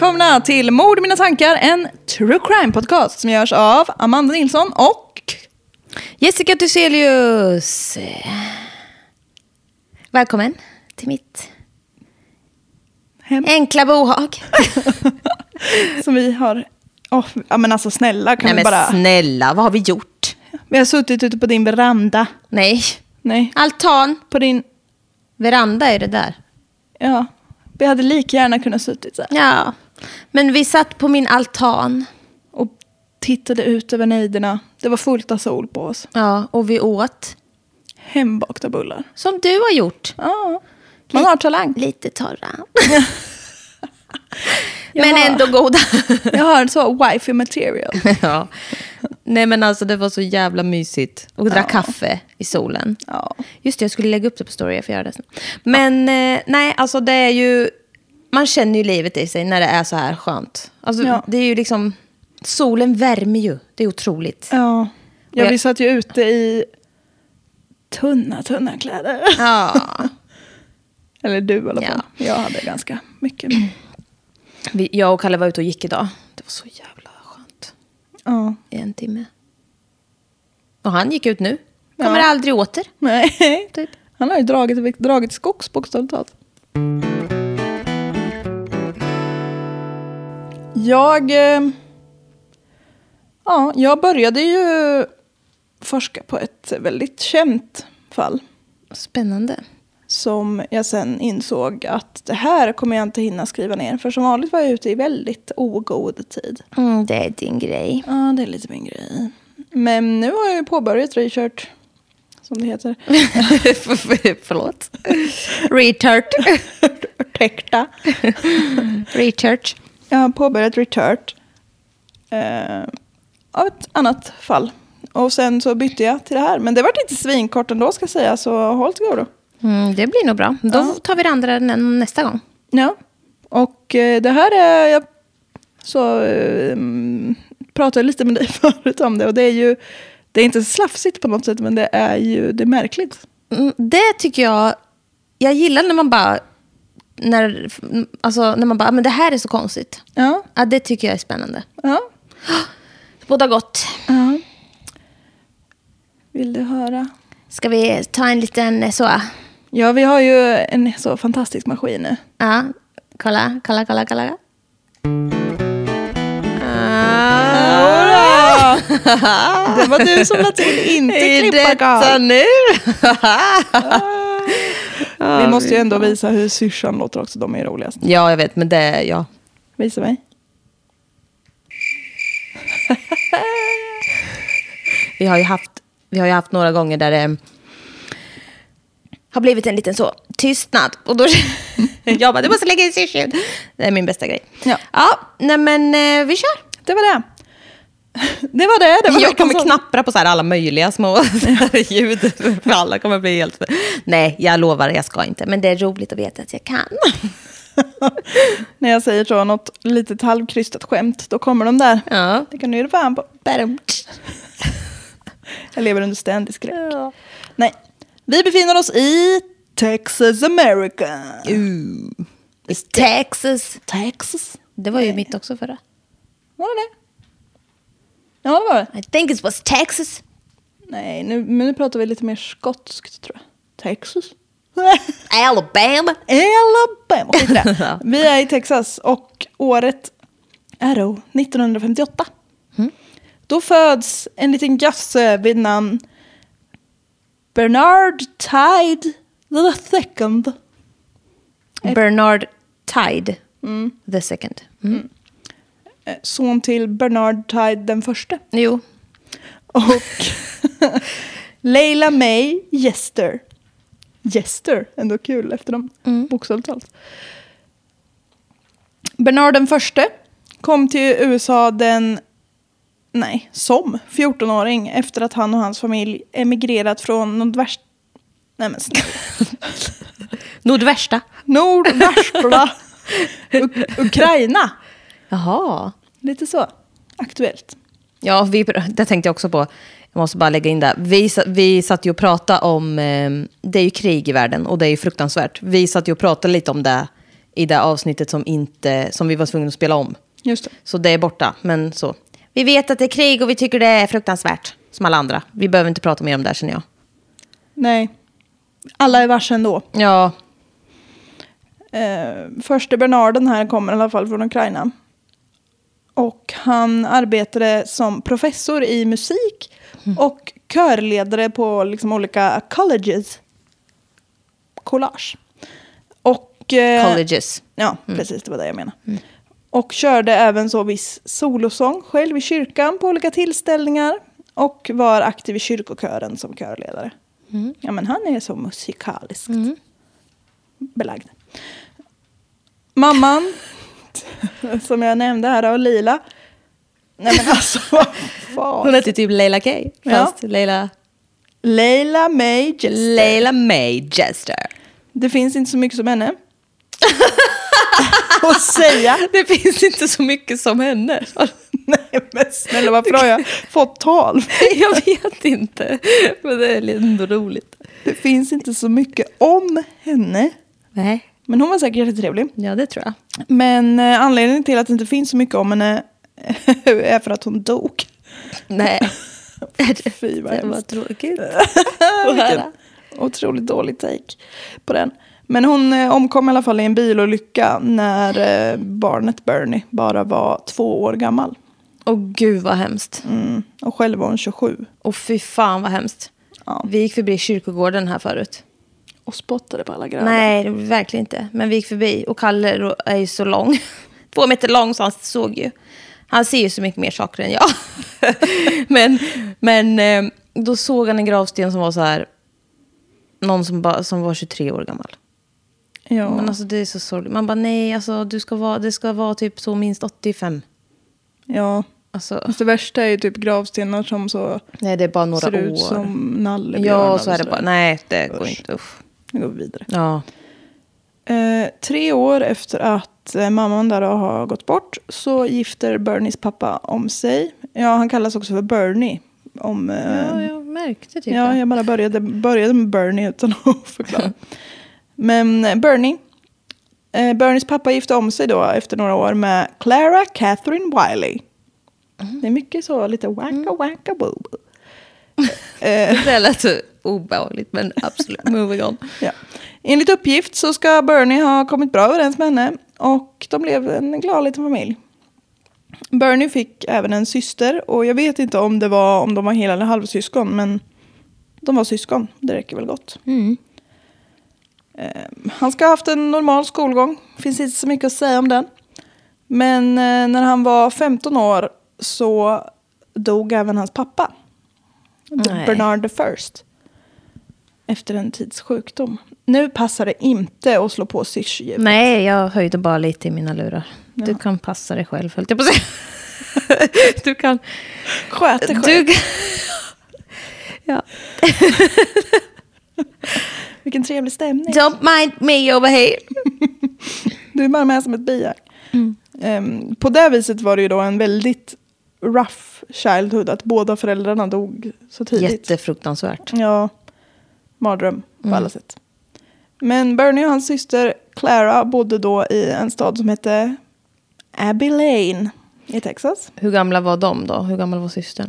välkomna till Mord i mina tankar, en true crime podcast som görs av Amanda Nilsson och Jessica Thyselius. Välkommen till mitt hem. Enkla bohag. Som vi har... ja men alltså snälla, kan vi bara... snälla, vad har vi gjort? Vi har suttit ute på din veranda. Nej. Altan. På din... Veranda är det där. Ja, vi hade lika gärna kunnat suttit så här. Ja, men vi satt på min altan. Och tittade ut över nejderna. Det var fullt av sol på oss. Ja, och vi åt hembakta bullar. som du har gjort. Ja, man har talang. Lite torra. Men ändå goda. Jag har så wifey material. Ja. Nej men alltså det var så jävla mysigt. Och drack kaffe i solen. Ja. Just det, jag skulle lägga upp det på story för att göra det sen. Men nej, alltså det är ju... Man känner ju livet i sig när det är så här skönt. Alltså det är ju liksom... Solen värmer ju. Det är otroligt. Ja, vi satt ju ute i tunna kläder. Ja. Eller du i alla fall. Jag hade ganska mycket. Jag och Kalle var ute och gick idag. Det var så jävla skönt. Ja. I en timme. Och han gick ut nu. Kommer aldrig åter. Nej, typ. Han har ju dragit skogs bokstavligt talat. Jag började ju forska på ett väldigt känt fall. Spännande. Som jag sen insåg att det här kommer jag inte hinna skriva ner. För som vanligt var jag ute i väldigt ogod tid. Det är din grej. Ja, det är lite min grej. Men nu har jag ju påbörjat research, som det heter. Förlåt. Research. Research. Jag har påbörjat research av ett annat fall. Och sen så bytte jag till det här. Men det var inte svinkort ändå, ska jag säga. Så håll till godo. Det blir nog bra. Då tar vi det andra nästa gång. Ja. Och det här är... Jag pratade lite med dig förut om det. Och det är ju... Det är inte slafsigt på något sätt. Men det är märkligt. Det tycker jag... Jag gillar när man bara... När man bara... Men det här är så konstigt. Ja. Ja, det tycker jag är spännande. Ja. Båda gott. Ja. Vill du höra? Ska vi ta en liten så... Ja, vi har ju en så fantastisk maskin nu. Ja, kolla. Det var du som lade till, inte klippa detta nu. Vi måste ju ändå visa hur syrsan låter också, de är roligast. Ja, jag vet, men det, ja. Visa mig. Vi har ju haft några gånger där det har blivit en liten så tystnad. Och då jag bara, du måste lägga in syrljud. Det är min bästa grej. Ja, nej men vi kör. Det var det. Det var det. Jag kommer knappra på så här alla möjliga små ljud. För alla kommer bli helt... Nej, jag lovar, jag ska inte. Men det är roligt att veta att jag kan. När jag säger så, något litet halvkrystat skämt, då kommer de där. Ja. Det kan du göra fan på. Jag lever under ständig skräck. Ja. Nej, vi befinner oss i Texas, America. Texas. Det var ju mitt också förra. Var det? Ja, det var det. I think it was Texas. Nej, nu pratar vi lite mer skotskt, tror jag. Texas. Alabama. Ja. Vi är i Texas och året är då 1958. Då föds en liten gosse vid namn Bernard Tide the Second. Bernard Tide the Second. Son till Bernard Tide den förste. Jo. Och Leila May Jester, ändå kul efter dem bokstavligt talat. Bernard den förste kom till USA som 14-åring efter att han och hans familj emigrerat från nordvästra Ukraina. Jaha. Lite så aktuellt. Ja, det tänkte jag också på. Jag måste bara lägga in det. Vi satt ju och pratade om... det är ju krig i världen och det är ju fruktansvärt. Vi satt ju och pratade lite om det i det avsnittet som vi var tvungna att spela om. Just det. Så det är borta, men så. Vi vet att det är krig och vi tycker det är fruktansvärt, som alla andra. Vi behöver inte prata mer om det här, känner jag. Nej, alla är varse ändå. Ja. Förste Bernarden här kommer i alla fall från Ukraina. Och han arbetade som professor i musik och körledare på liksom olika colleges. Collage. Och, Colleges. Ja, precis, det var det jag menade. Och körde även så viss solosång själv i kyrkan på olika tillställningar. Och var aktiv i kyrkokören som körledare. Ja, men han är så musikaliskt belagd. Mamman, som jag nämnde här av Lila. Nej men alltså, vad fan. Hon heter typ Leila K. Fast Ja. Leila May Jester. Leila May Jester. Det finns inte så mycket som henne. Att säga. Det finns inte så mycket som henne. Nej men snälla, varför har jag fått tal? Jag vet inte. Men det är ändå roligt. Det finns inte så mycket om henne. Nej. Men hon var säkert jättetrevlig. Ja, det tror jag. Men anledningen till att det inte finns så mycket om henne är för att hon dog. Nej. Fy vad det var hemskt. tråkigt. Vilken otroligt dålig take på den. Men hon omkom i alla fall i en bilolycka när barnet Bernie bara var 2 år gammal. Åh gud vad hemskt. Och själv var hon 27. Och fy fan vad hemskt. Ja. Vi gick förbi kyrkogården här förut. Och spottade på alla grabbar. Nej, verkligen inte. Men vi gick förbi. Och Kalle är ju så lång. 2 meter lång, så han såg ju. Han ser ju så mycket mer saker än jag. men då såg han en gravsten som var så här. Någon som var 23 år gammal. Ja. Men alltså det är så sorgligt. Man bara nej, alltså det ska vara typ så minst 85. Ja. Alltså, Det värsta är ju typ gravstenar som så nej, det är bara några ser år. ut som nallebjörnar. Ja, så är det bara. Nej, det går inte. Usch. Nu går vi vidare. Ja. 3 år efter att mamman där har gått bort så gifter Bernies pappa om sig. Ja, han kallas också för Bernie. Ja, jag märkte typ. Ja, jag bara började med Bernie utan att förklara. Men Bernies pappa gifte om sig då efter några år med Clara Catherine Wiley. Det är mycket så, lite wacka boo. Det lät så obehagligt, men absolut. Moving on. Ja. Enligt uppgift så ska Bernie ha kommit bra överens med henne och de blev en glad liten familj. Bernie fick även en syster och jag vet inte om de var hel- eller halvsyskon, men de var syskon, det räcker väl gott. Han ska ha haft en normal skolgång, finns inte så mycket att säga om den. Men när han var 15 år så dog även hans pappa. Bernard the First. Efter en tids sjukdom. Nu passar det inte att slå på syrsljud. Nej, jag höjde bara lite i mina lurar. Ja. Du kan passa dig själv, höll jag på att säga. Du kan sköta dig själv. Ja. Vilken trevlig stämning. Don't mind me over here. Du är bara med som ett biak. På det viset var det ju då en väldigt rough childhood att båda föräldrarna dog så tidigt. Jättefruktansvärt. Ja, mardröm på alla sätt. Men Bernie och hans syster Clara bodde då i en stad som hette Abilene i Texas. Hur gamla var de då? Hur gammal var systern?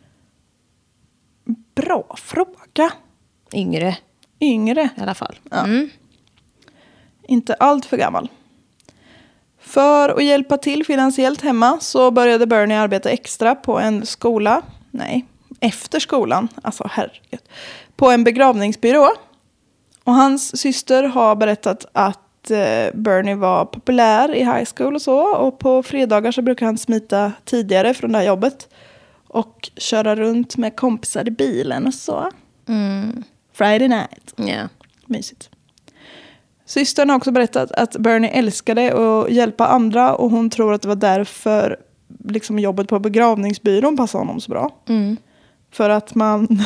Bra fråga. Yngre. I alla fall. Ja. Inte allt för gammal. För att hjälpa till finansiellt hemma så började Bernie arbeta extra på en skola. Nej, efter skolan. Alltså herregud. På en begravningsbyrå. Och hans syster har berättat att Bernie var populär i high school och så. Och på fredagar så brukar han smita tidigare från det här jobbet. Och köra runt med kompisar i bilen och så. Friday night. Yeah. Mysigt. Systern har också berättat att Bernie älskade att hjälpa andra. Och hon tror att det var därför liksom jobbet på begravningsbyrån passade honom så bra. För att man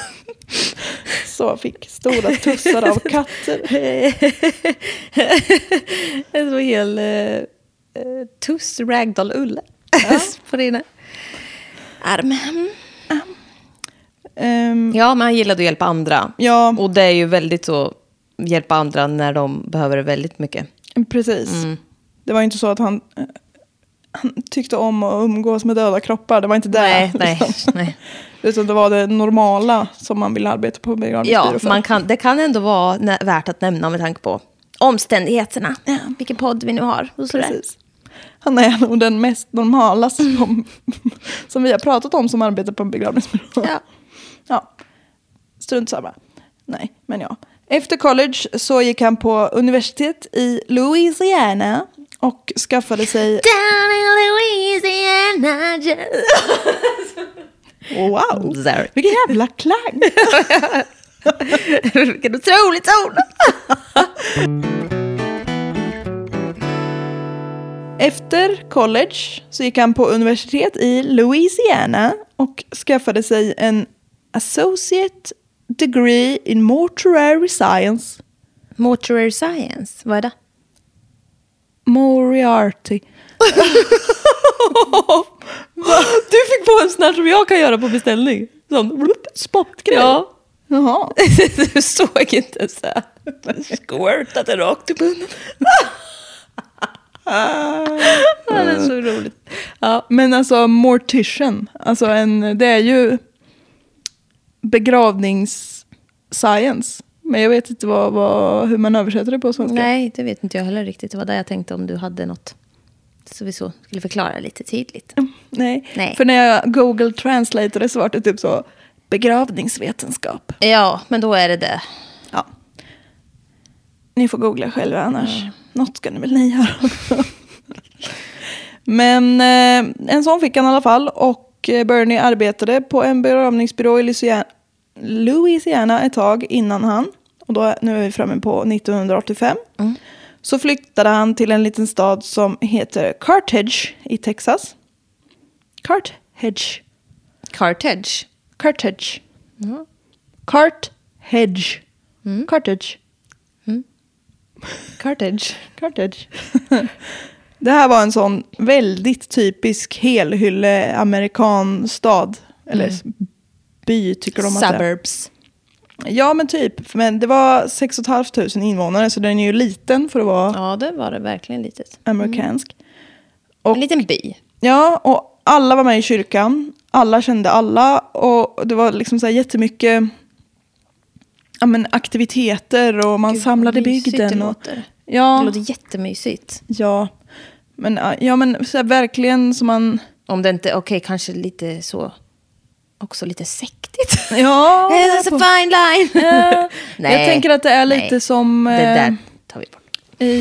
så fick stora tussar av katter. En så hel tuss ragdoll-ulle på dina arm. Ja, man gillade att hjälpa andra. Ja. Och det är ju väldigt så, hjälpa andra när de behöver det väldigt mycket. Precis. Det var inte så att han tyckte om att umgås med döda kroppar. Det var inte det. Nej. Utan det var det normala som man vill arbeta på begravningsbyrå för. Det kan ändå vara värt att nämna med tanke på omständigheterna. Ja. Vilken podd vi nu har. Precis. Han är nog den mest normala som vi har pratat om som arbetar på en begravningsbyrå. Ja. Strunt samma. Nej, men ja. Efter college så gick han på universitet i Louisiana och skaffade sig... Down in Louisiana. Wow, vilken jävla klang. Vilken otroligt ton. Efter college så gick han på universitet i Louisiana och skaffade sig en associate degree in mortuary science. Mortuary science, vad är det? Moriarty. Du fick på en sån här som jag kan göra på beställning. Sån spottgrej. Ja. Jaha. Du såg inte så här. Squirtade rakt i munnen. Det är så roligt. Ja, men alltså mortician. Alltså det är ju begravningsscience. Men jag vet inte hur man översätter det på svenska. Nej, det vet inte jag heller riktigt. Det var där jag tänkte om du hade något så vi skulle förklara lite tydligt. Nej, för när jag Google Translate så var det typ så begravningsvetenskap. Ja, men då är det. Ja. Ni får googla själva annars. Något ska ni väl ni göra också. Men en sån fick han i alla fall. Och Bernie arbetade på en begravningsbyrå i Louisiana ett tag innan han. Och då, nu är vi framme på 1985. Så flyttade han till en liten stad som heter Carthage i Texas. Carthage. Carthage. Carthage. Det här var en sån väldigt typisk helhylle amerikan stad. Eller by tycker de att Suburbs. Ja, men typ. Men det var 6 500 invånare, så den är ju liten för att vara... Ja, det var det verkligen litet. Amerikansk. Och, en liten by. Ja, och alla var med i kyrkan. Alla kände alla. Och det var liksom så här jättemycket aktiviteter och man samlade bygden. Det låter jättemysigt. Ja, men så här, verkligen som man... Om det inte, kanske lite så... Också lite sektigt. Ja. That's a fine line. Ja. Nej. Jag tänker att det är lite som... Det där tar vi bort.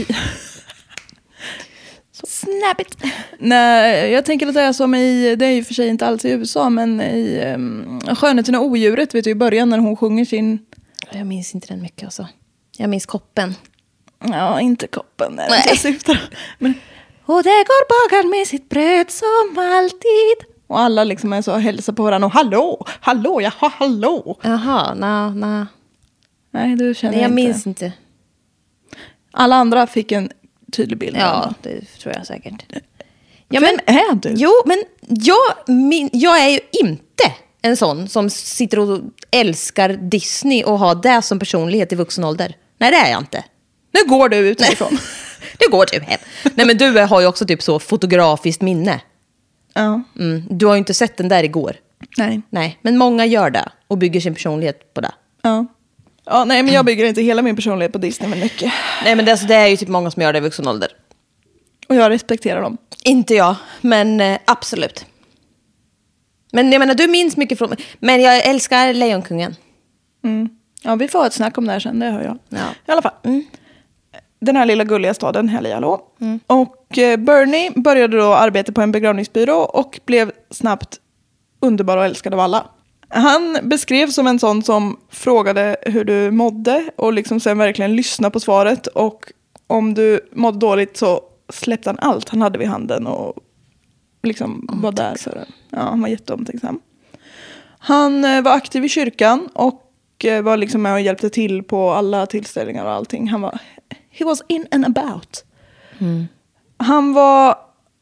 Snap it. Nej, jag tänker att det är som det är ju för sig inte alls i USA, men i Skönheten och odjuret, vet du, i början när hon sjunger sin... Jag minns inte den mycket alltså. Jag minns koppen. Ja, inte koppen. Nej. Jag syftar. Men, och det går bagaren med sitt bröd som alltid. Och alla liksom är så och hälsar på varandra. Och hallå, jaha, hallå. Jaha, nej, du känner jag minns inte. Alla andra fick en tydlig bild. Ja, det tror jag säkert. Ja, vem är du? Jo, men jag är ju inte en sån som sitter och älskar Disney och har det som personlighet i vuxen ålder. Nej, det är jag inte. Nu går du ut härifrån. Nu går du hem. Nej, men du har ju också typ så fotografiskt minne. Ja. Du har ju inte sett den där igår. Nej, men många gör det och bygger sin personlighet på det. Ja, nej, men jag bygger inte hela min personlighet på Disney, men mycket. Nej, men det är ju typ många som gör det i vuxen ålder. Och jag respekterar dem. Inte jag, men absolut. Men jag menar, du minns mycket från... Men jag älskar Lejonkungen. Ja, vi får ha ett snack om det här sen, det hör jag. Ja. I alla fall. Den här lilla gulliga staden, Hallå. Och Bernie började då arbeta på en begravningsbyrå och blev snabbt underbar och älskad av alla. Han beskrevs som en sån som frågade hur du mådde och liksom sen verkligen lyssna på svaret. Och om du mådde dåligt så släppte han allt han hade vid handen och liksom var där för den. Ja, han var jätteomtänksam. Han var aktiv i kyrkan och var liksom med och hjälpte till på alla tillställningar och allting. He was in and about. Han var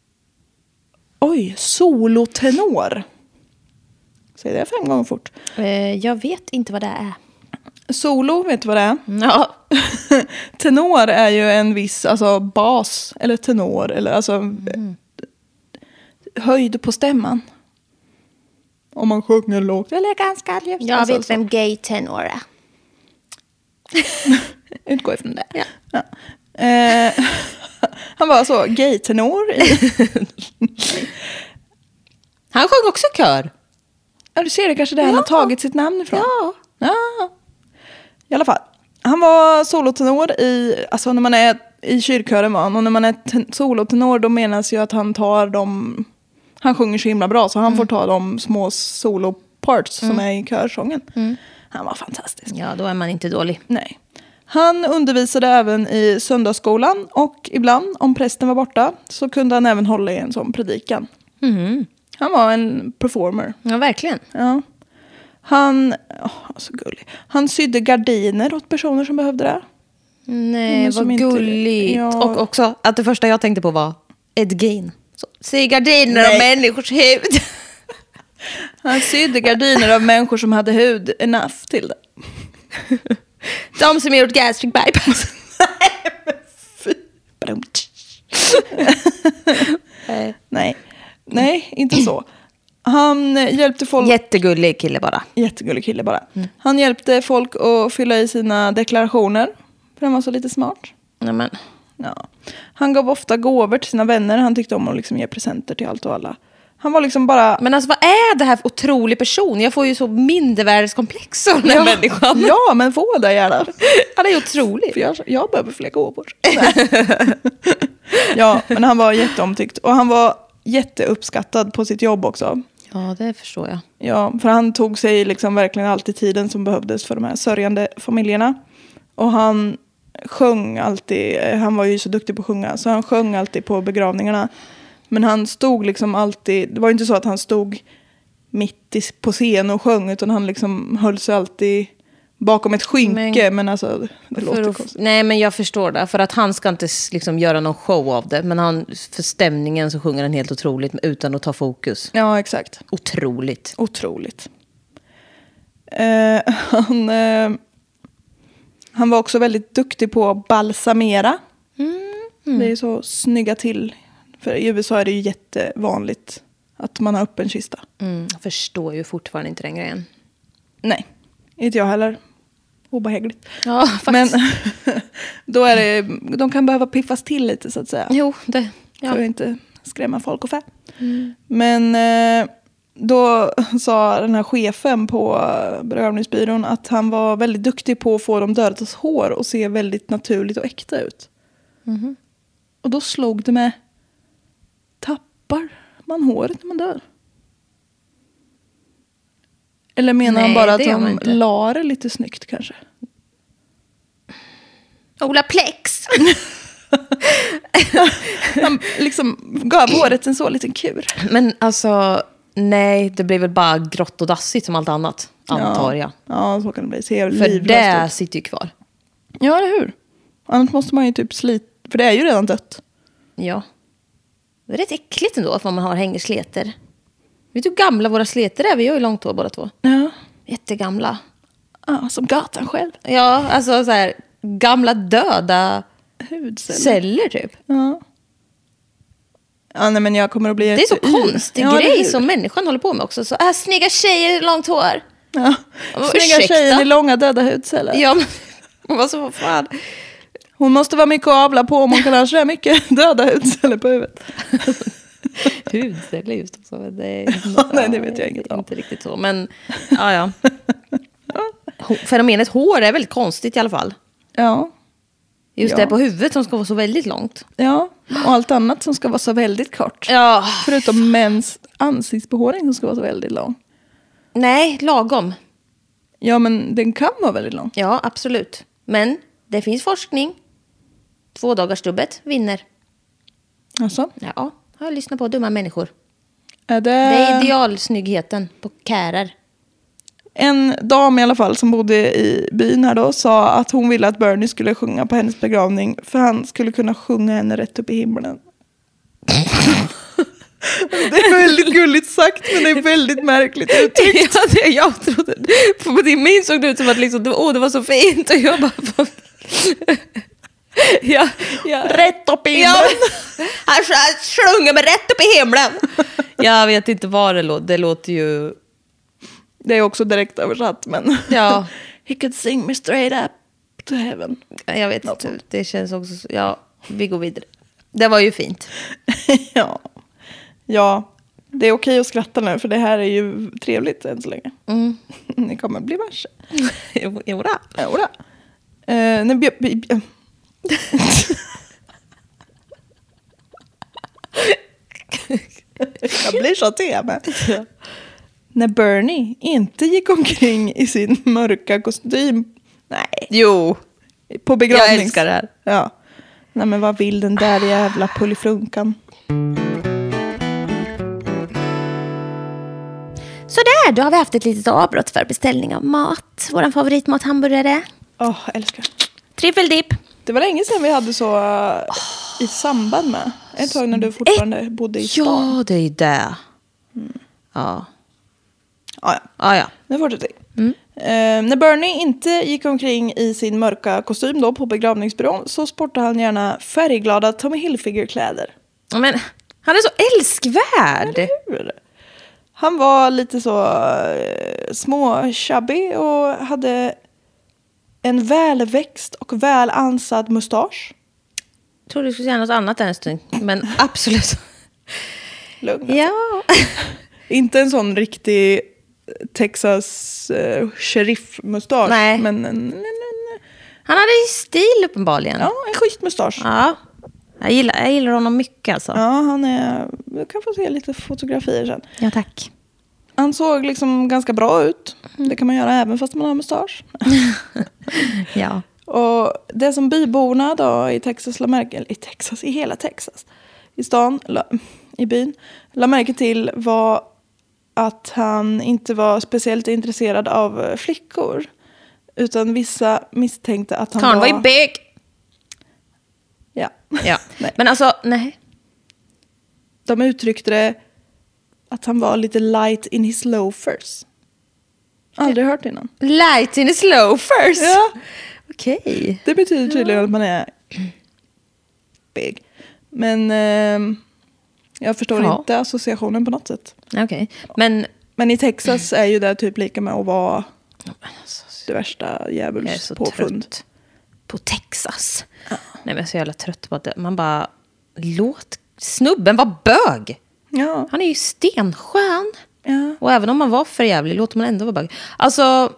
solotenor. Säg det 5 gånger fort. Jag vet inte vad det är. Solo, vet du vad det är? Ja. tenor är ju en viss alltså bas eller tenor eller alltså höjd på stämman. Om man sjunger lågt eller ganska ljust. Jag vet vem gay tenor är. Utgå ifrån det. Ja. Ja. Han var så gay-tenor. Han sjöng också kör. Ja, du ser det kanske där han har tagit sitt namn ifrån. Ja. I alla fall. Han var solotenor alltså när man är i kyrkören var han. Och när man är solotenor då menas ju att han tar han sjunger så himla bra så han får ta de små soloparts som är i körsången. Han var fantastisk. Ja, då är man inte dålig. Nej. Han undervisade även i söndagsskolan och ibland, om prästen var borta, så kunde han även hålla i en sån predikan. Han var en performer. Ja, verkligen. Ja. Så gullig. Han sydde gardiner åt personer som behövde det. Nej, vad gulligt. Ja. Och också att det första jag tänkte på var Ed Gein. Sy gardiner av människors hud. Han sydde gardiner av människor som hade hud enough till det. De som gjort gastric bypass. Nej, inte så. Han hjälpte folk... Jättegullig kille bara. Han hjälpte folk att fylla i sina deklarationer. För han var så lite smart. Nämen. Ja. Han gav ofta gåvor till sina vänner. Han tyckte om att liksom ge presenter till allt och alla. Han var liksom bara... Men alltså vad är det här för otrolig person? Jag får ju så mindervärdeskomplex av den här människan. Ja, men få det gärna. Han är otrolig. För jag behöver fler gåvor. Ja, men han var jätteomtyckt. Och han var jätteuppskattad på sitt jobb också. Ja, det förstår jag. Ja, för han tog sig liksom verkligen alltid tiden som behövdes för de här sörjande familjerna. Och han sjöng alltid, han var ju så duktig på att sjunga, så han sjöng alltid på begravningarna. Men han stod liksom alltid, det var inte så att han stod mitt på scen och sjöng, utan han liksom höll sig alltid bakom ett skynke, men alltså det låter konstigt. Nej, men jag förstår det, för att han ska inte liksom göra någon show av det, men för stämningen så sjunger han helt otroligt utan att ta fokus. Ja, exakt. Otroligt. Han var också väldigt duktig på att balsamera. Det är så snygga till. För i USA är det ju jättevanligt att man har öppen kista. Jag förstår ju fortfarande inte den grejen. Nej, inte jag heller. Obehagligt. Ja, faktiskt. Men då är det, de kan behöva piffas till lite så att säga. Jo, det. Ja. För att inte skrämma folk och fä. Men då sa den här chefen på begravningsbyrån att han var väldigt duktig på att få de dödas hår och se väldigt naturligt och äkta ut. Och då slog det med, tappar man håret när man dör? Eller menar han bara att de la det lite snyggt kanske? Ola Plex! Han liksom gav håret en så liten kur. Men alltså, nej, det blir väl bara grått och dassigt som allt annat, antar jag. Ja, så kan det bli. För det sitter ju kvar. Ja, eller hur? Annars måste man ju typ slita, för det är ju redan dött. Ja. Det är rätt äckligt ändå att man har hängersleter. Vet du hur gamla våra sleter är? Vi har ju långt hår båda två. Ja. Jättegamla. Ja, som gatan själv. Ja, alltså så här gamla döda hudceller typ. Ja. Ja, nej, men jag kommer att bli det är så konstig grej som människan håller på med också. Så snygga tjejer, långt hår. Ja. Snygga tjejer i långa döda hudceller. Ja, men vad så fan. Hon måste vara mycket att avla på om hon kan ha så mycket döda hudceller på huvudet. Hudceller just så. Nej, det vet jag inget om. Inte riktigt så, men ja. Fenomenet hår är väldigt konstigt i alla fall. Ja. Just det på huvudet som ska vara så väldigt långt. Ja, och allt annat som ska vara så väldigt kort. Ja. Förutom mäns ansiktsbehåring som ska vara så väldigt lång. Nej, lagom. Ja, men den kan vara väldigt lång. Ja, absolut. Men det finns forskning. 2-dagarsstubbet vinner. Alltså? Ja, jag lyssnar på dumma människor. Det är idealsnyggheten på kärar. En dam i alla fall som bodde i byn här då sa att hon ville att Bernie skulle sjunga på hennes begravning för han skulle kunna sjunga henne rätt upp i himlen. Det är väldigt gulligt sagt, men det är väldigt märkligt uttryckt. Ja, jag trodde på din min såg det ut som att liksom, det var så fint och jag bara Ja. Rätt upp i himlen. Han sjunger mig rätt upp i himlen. Jag vet inte vad det låter. Det låter ju... Det är också direkt översatt, men... Ja. He could sing me straight up to heaven. Jag vet inte. Det känns också... Ja, vi går vidare. Det var ju fint. Ja, det är okej att skratta nu, för det här är ju trevligt än så länge. Ni kommer bli varse. Jodå. Jag blir så till med. När Bernie inte gick omkring i sin mörka kostym. Nej. Jo. På begravnings... Jag älskar det här. Ja. Nej, men vad vill den där jävla pulliflunkan? Så där, då har vi haft ett litet avbrott för beställning av mat. Vår favoritmat, hamburgare. Älskar. Triffeldipp. Det var länge sedan vi hade så i samband med. Ett tag när du fortfarande bodde i stan. Ja, det är det. Ja. Ja. Nu fortsätter vi. När Bernie inte gick omkring i sin mörka kostym då på begravningsbyrån, så sportade han gärna färgglada Tommy Hilfiger-kläder. Men han är så älskvärd. Han var lite så små chubby och hade en välväxt och väl ansad mustasch. Jag tror du skulle säga något annat en stund, men absolut. Lugn. Ja. Inte en sån riktig Texas sheriff-mustasch. Nej. Men Han hade ju stil uppenbarligen. Ja, en schysst mustasch. Ja. Jag gillar honom mycket alltså. Ja, han är... Du kan få se lite fotografier sen. Ja, tack. Han såg liksom ganska bra ut. Det kan man göra även fast man har mustasch. Ja. Och det som byborna då i Texas i hela Texas, i stan, i byn, la märke till var att han inte var speciellt intresserad av flickor. Utan vissa misstänkte att han var ju big. Ja. Nej. Men alltså, nej. De uttryckte det att han var lite light in his loafers. Aldrig hört innan. Light in his loafers? Ja. Okej. Det betyder tydligen att man är big. Men jag förstår inte associationen på något sätt. Okej. Men i Texas är ju det typ lika med att vara det värsta djävulspåfund. På Texas. Ja. Nej, men jag är så jävla trött på att man bara låt snubben vara bög. Ja. Han är ju stenskön. Ja. Och även om man var för jävlig låter man ändå vara bög. Alltså,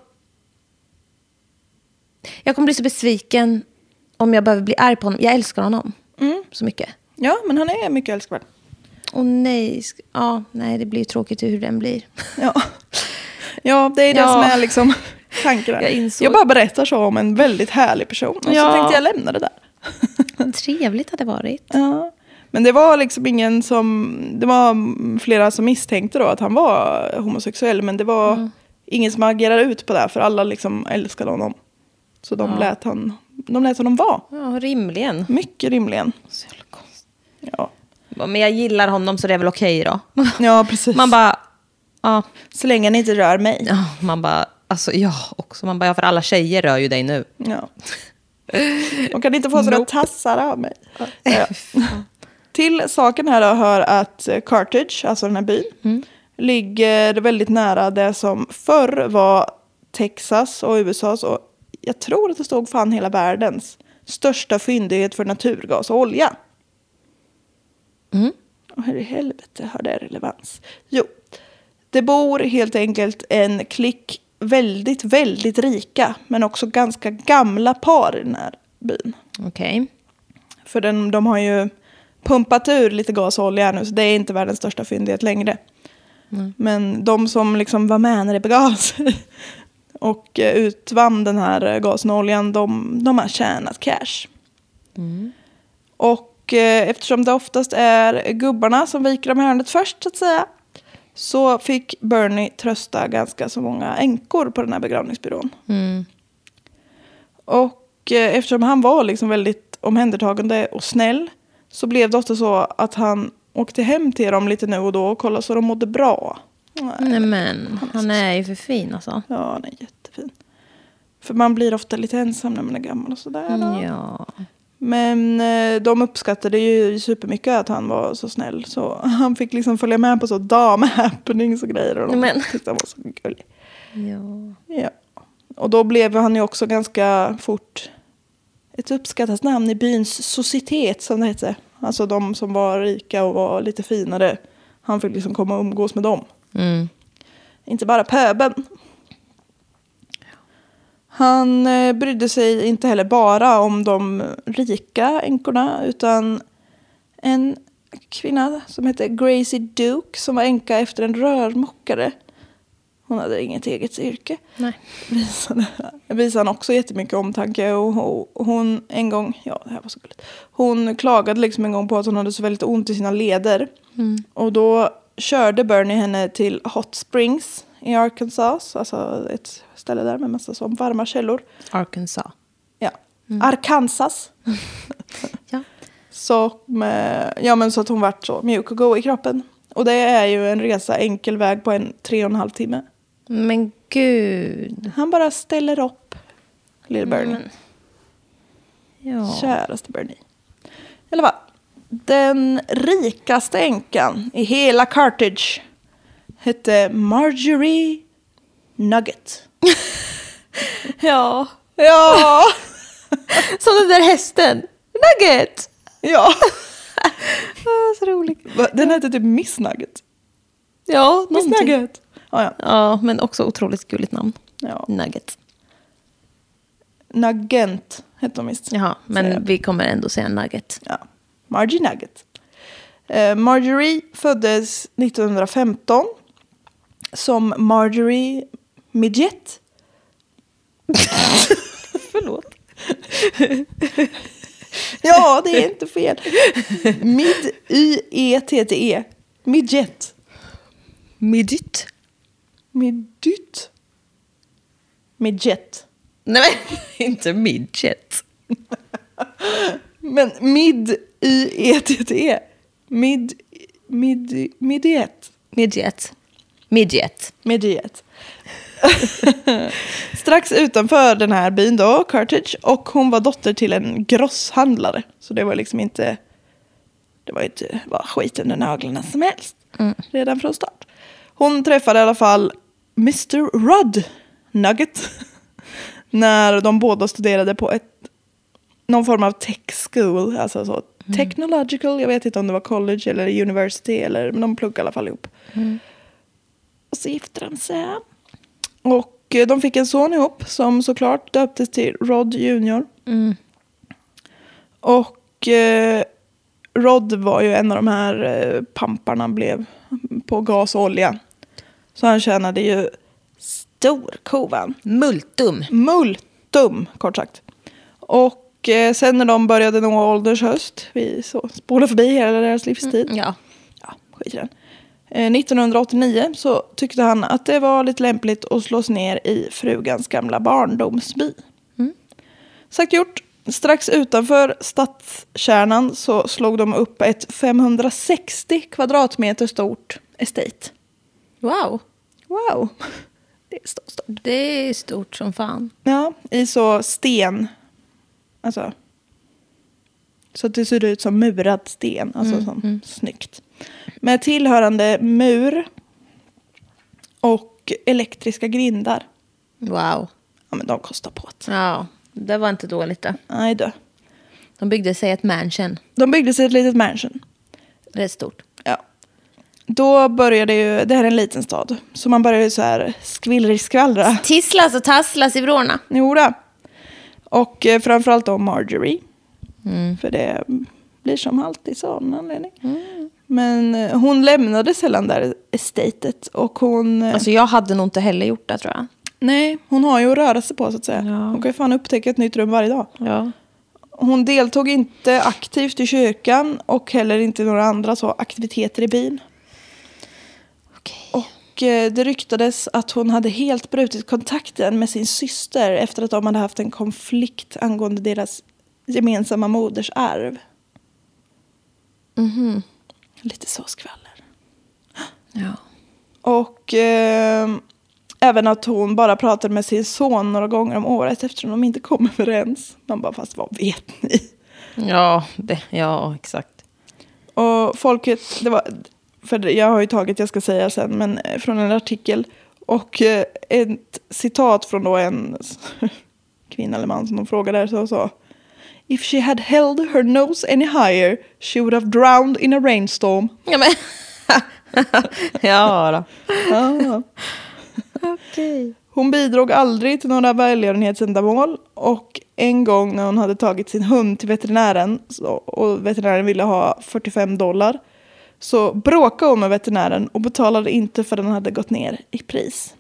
jag kommer bli så besviken om jag behöver bli arg på honom. Jag älskar honom så mycket. Ja, men han är mycket älskvärd. Och nej, nej, det blir ju tråkigt hur den blir. Ja, det är det som är liksom tanken. Jag bara berättar så om en väldigt härlig person. Och så tänkte jag lämna det där. Trevligt hade det varit. Ja. Men det var liksom ingen som... Det var flera som misstänkte då att han var homosexuell. Men det var ingen som agerade ut på det. För alla liksom älskade honom. Så de lät honom vara. Ja, rimligen. Mycket rimligen. Så jävla konstigt. Ja. Men jag gillar honom så det är väl okej då. Ja, precis. Man bara... Ja. Så länge han inte rör mig. Ja, man bara... Alltså, också. Man bara, för alla tjejer rör ju dig nu. Ja. De kan inte få sådana tassar av mig. Ja. Till saken här då hör att Carthage, alltså den här byn, ligger väldigt nära det som förr var Texas och USAs, och jag tror att det stod fan hela världens största fyndighet för naturgas och olja. Och hur i helvete har det relevans? Jo, det bor helt enkelt en klick väldigt, väldigt rika men också ganska gamla par i den här byn. Okej. För de har ju pumpat ur lite gas och olja nu, så det är inte världens största fyndighet längre. Men de som liksom var med när det begav sig och utvann den här gasen och oljan, de har tjänat cash. Och eftersom det oftast är gubbarna som viker om hörnet först så att säga, så fick Bernie trösta ganska så många änkor på den här begravningsbyrån. Och eftersom han var liksom väldigt omhändertagande och snäll, så blev det ofta så att han åkte hem till dem lite nu och då och kollade så de mådde bra. Nej men, han är ju för fin alltså. Ja, han är jättefin. För man blir ofta lite ensam när man är gammal och sådär. Ja. Men de uppskattade ju supermycket att han var så snäll. Så han fick liksom följa med på så dam-happenings och grejer. Och de tyckte han var så gullig. Ja. Och då blev han ju också ganska fort ett uppskattat namn i byns societet, som det hette. Alltså de som var rika och var lite finare. Han fick liksom komma och umgås med dem. Inte bara pöben. Han brydde sig inte heller bara om de rika änkorna, utan en kvinna som hette Gracie Duke, som var änka efter en rörmokare. Hon hade inget eget yrke. Nej. Visade han också jättemycket omtanke. Och hon en gång, det här var så gulligt. Hon klagade liksom en gång på att hon hade så väldigt ont i sina leder. Och då körde Bernie henne till Hot Springs i Arkansas. Alltså ett ställe där med massa så varma källor. Arkansas. Ja. Arkansas. Ja. Så att hon vart så mjuk och god i kroppen. Och det är ju en resa enkel väg på 3,5 timme. Men gud. Han bara ställer upp, lille Bernie. Ja. Käraste Bernie. I alla fall. Den rikaste änkan i hela Carthage hette Marjorie Nugget. Ja. Ja. Som den där hästen. Nugget. Ja. Så roligt. Den hette typ Miss Nugget. Ja, Miss Nugget. Ja, men också otroligt gulligt namn. Ja. Nugget. Nugget hette de visst. Jaha, men vi kommer ändå säga Nugget. Ja. Margie Nugget. Marjorie föddes 1915 som Marjorie Midget. Förlåt. Ja, det är inte fel. Midget. Midget. Midget. Midget. Midget. Nej, men inte midget. Men midget. Midget. Strax utanför den här byn då, Carthage, och hon var dotter till en grosshandlare. Så det var liksom inte bara skit under naglarna som helst. Redan från start. Hon träffade i alla fall Mr. Rudd Nugget när de båda studerade på någon form av tech school, alltså så technological, jag vet inte om det var college eller university, men de pluggade i alla fall ihop. Och så gifte de sig. Och de fick en son ihop som såklart döptes till Rod Junior. Och Rod var ju en av de här pamparna blev på gas och olja. Så han tjänade ju stor kovan. Multum, kort sagt. Och sen när de började nå ålders höst, vi så spolar förbi hela deras livstid. Ja, skit i den. 1989 så tyckte han att det var lite lämpligt att slås ner i frugans gamla barndomsby. Sagt gjort. Strax utanför stadskärnan så slog de upp ett 560 kvadratmeter stort estate. Wow. Det är stort. Det är stort som fan. Ja, i så sten. Alltså. Så att det ser ut som murad sten. Alltså snyggt. Med tillhörande mur. Och elektriska grindar. Wow. Ja, men de kostar på det. Ja, det var inte dåligt då. Nej då. De byggde sig ett mansion. De byggde sig ett litet mansion. Det är stort. Ja. Då började ju, det här är en liten stad. Så man började så här skvallra. Tisslas och tasslas i vrårna. Jodå. Och framförallt då Marjorie. För det blir som alltid så av någon anledning. Men hon lämnade sällan där estatet. Och hon... Alltså jag hade nog inte heller gjort det, tror jag. Nej, hon har ju att röra sig på så att säga. Ja. Hon kan ju fan upptäcka ett nytt rum varje dag. Ja. Hon deltog inte aktivt i kyrkan. Och heller inte några andra så aktiviteter i byn. Okej. Och det ryktades att hon hade helt brutit kontakten med sin syster. Efter att de hade haft en konflikt angående deras gemensamma moders arv. Lite så skvaller. Ja. Och även att hon bara pratade med sin son några gånger om året eftersom de inte kom överens. Man bara, fast vad vet ni? Ja, exakt. Och folket, det var, för jag har ju tagit, jag ska säga sen, men från en artikel och ett citat från då en kvinna eller man som de frågade där så sa: "If she had held her nose any higher, she would have drowned in a rainstorm." Ja, men... ja då. Ja. Okej. Hon bidrog aldrig till några välgörenhetsändamål och en gång när hon hade tagit sin hund till veterinären och veterinären ville ha $45 så bråkade hon med veterinären och betalade inte för den hade gått ner i pris.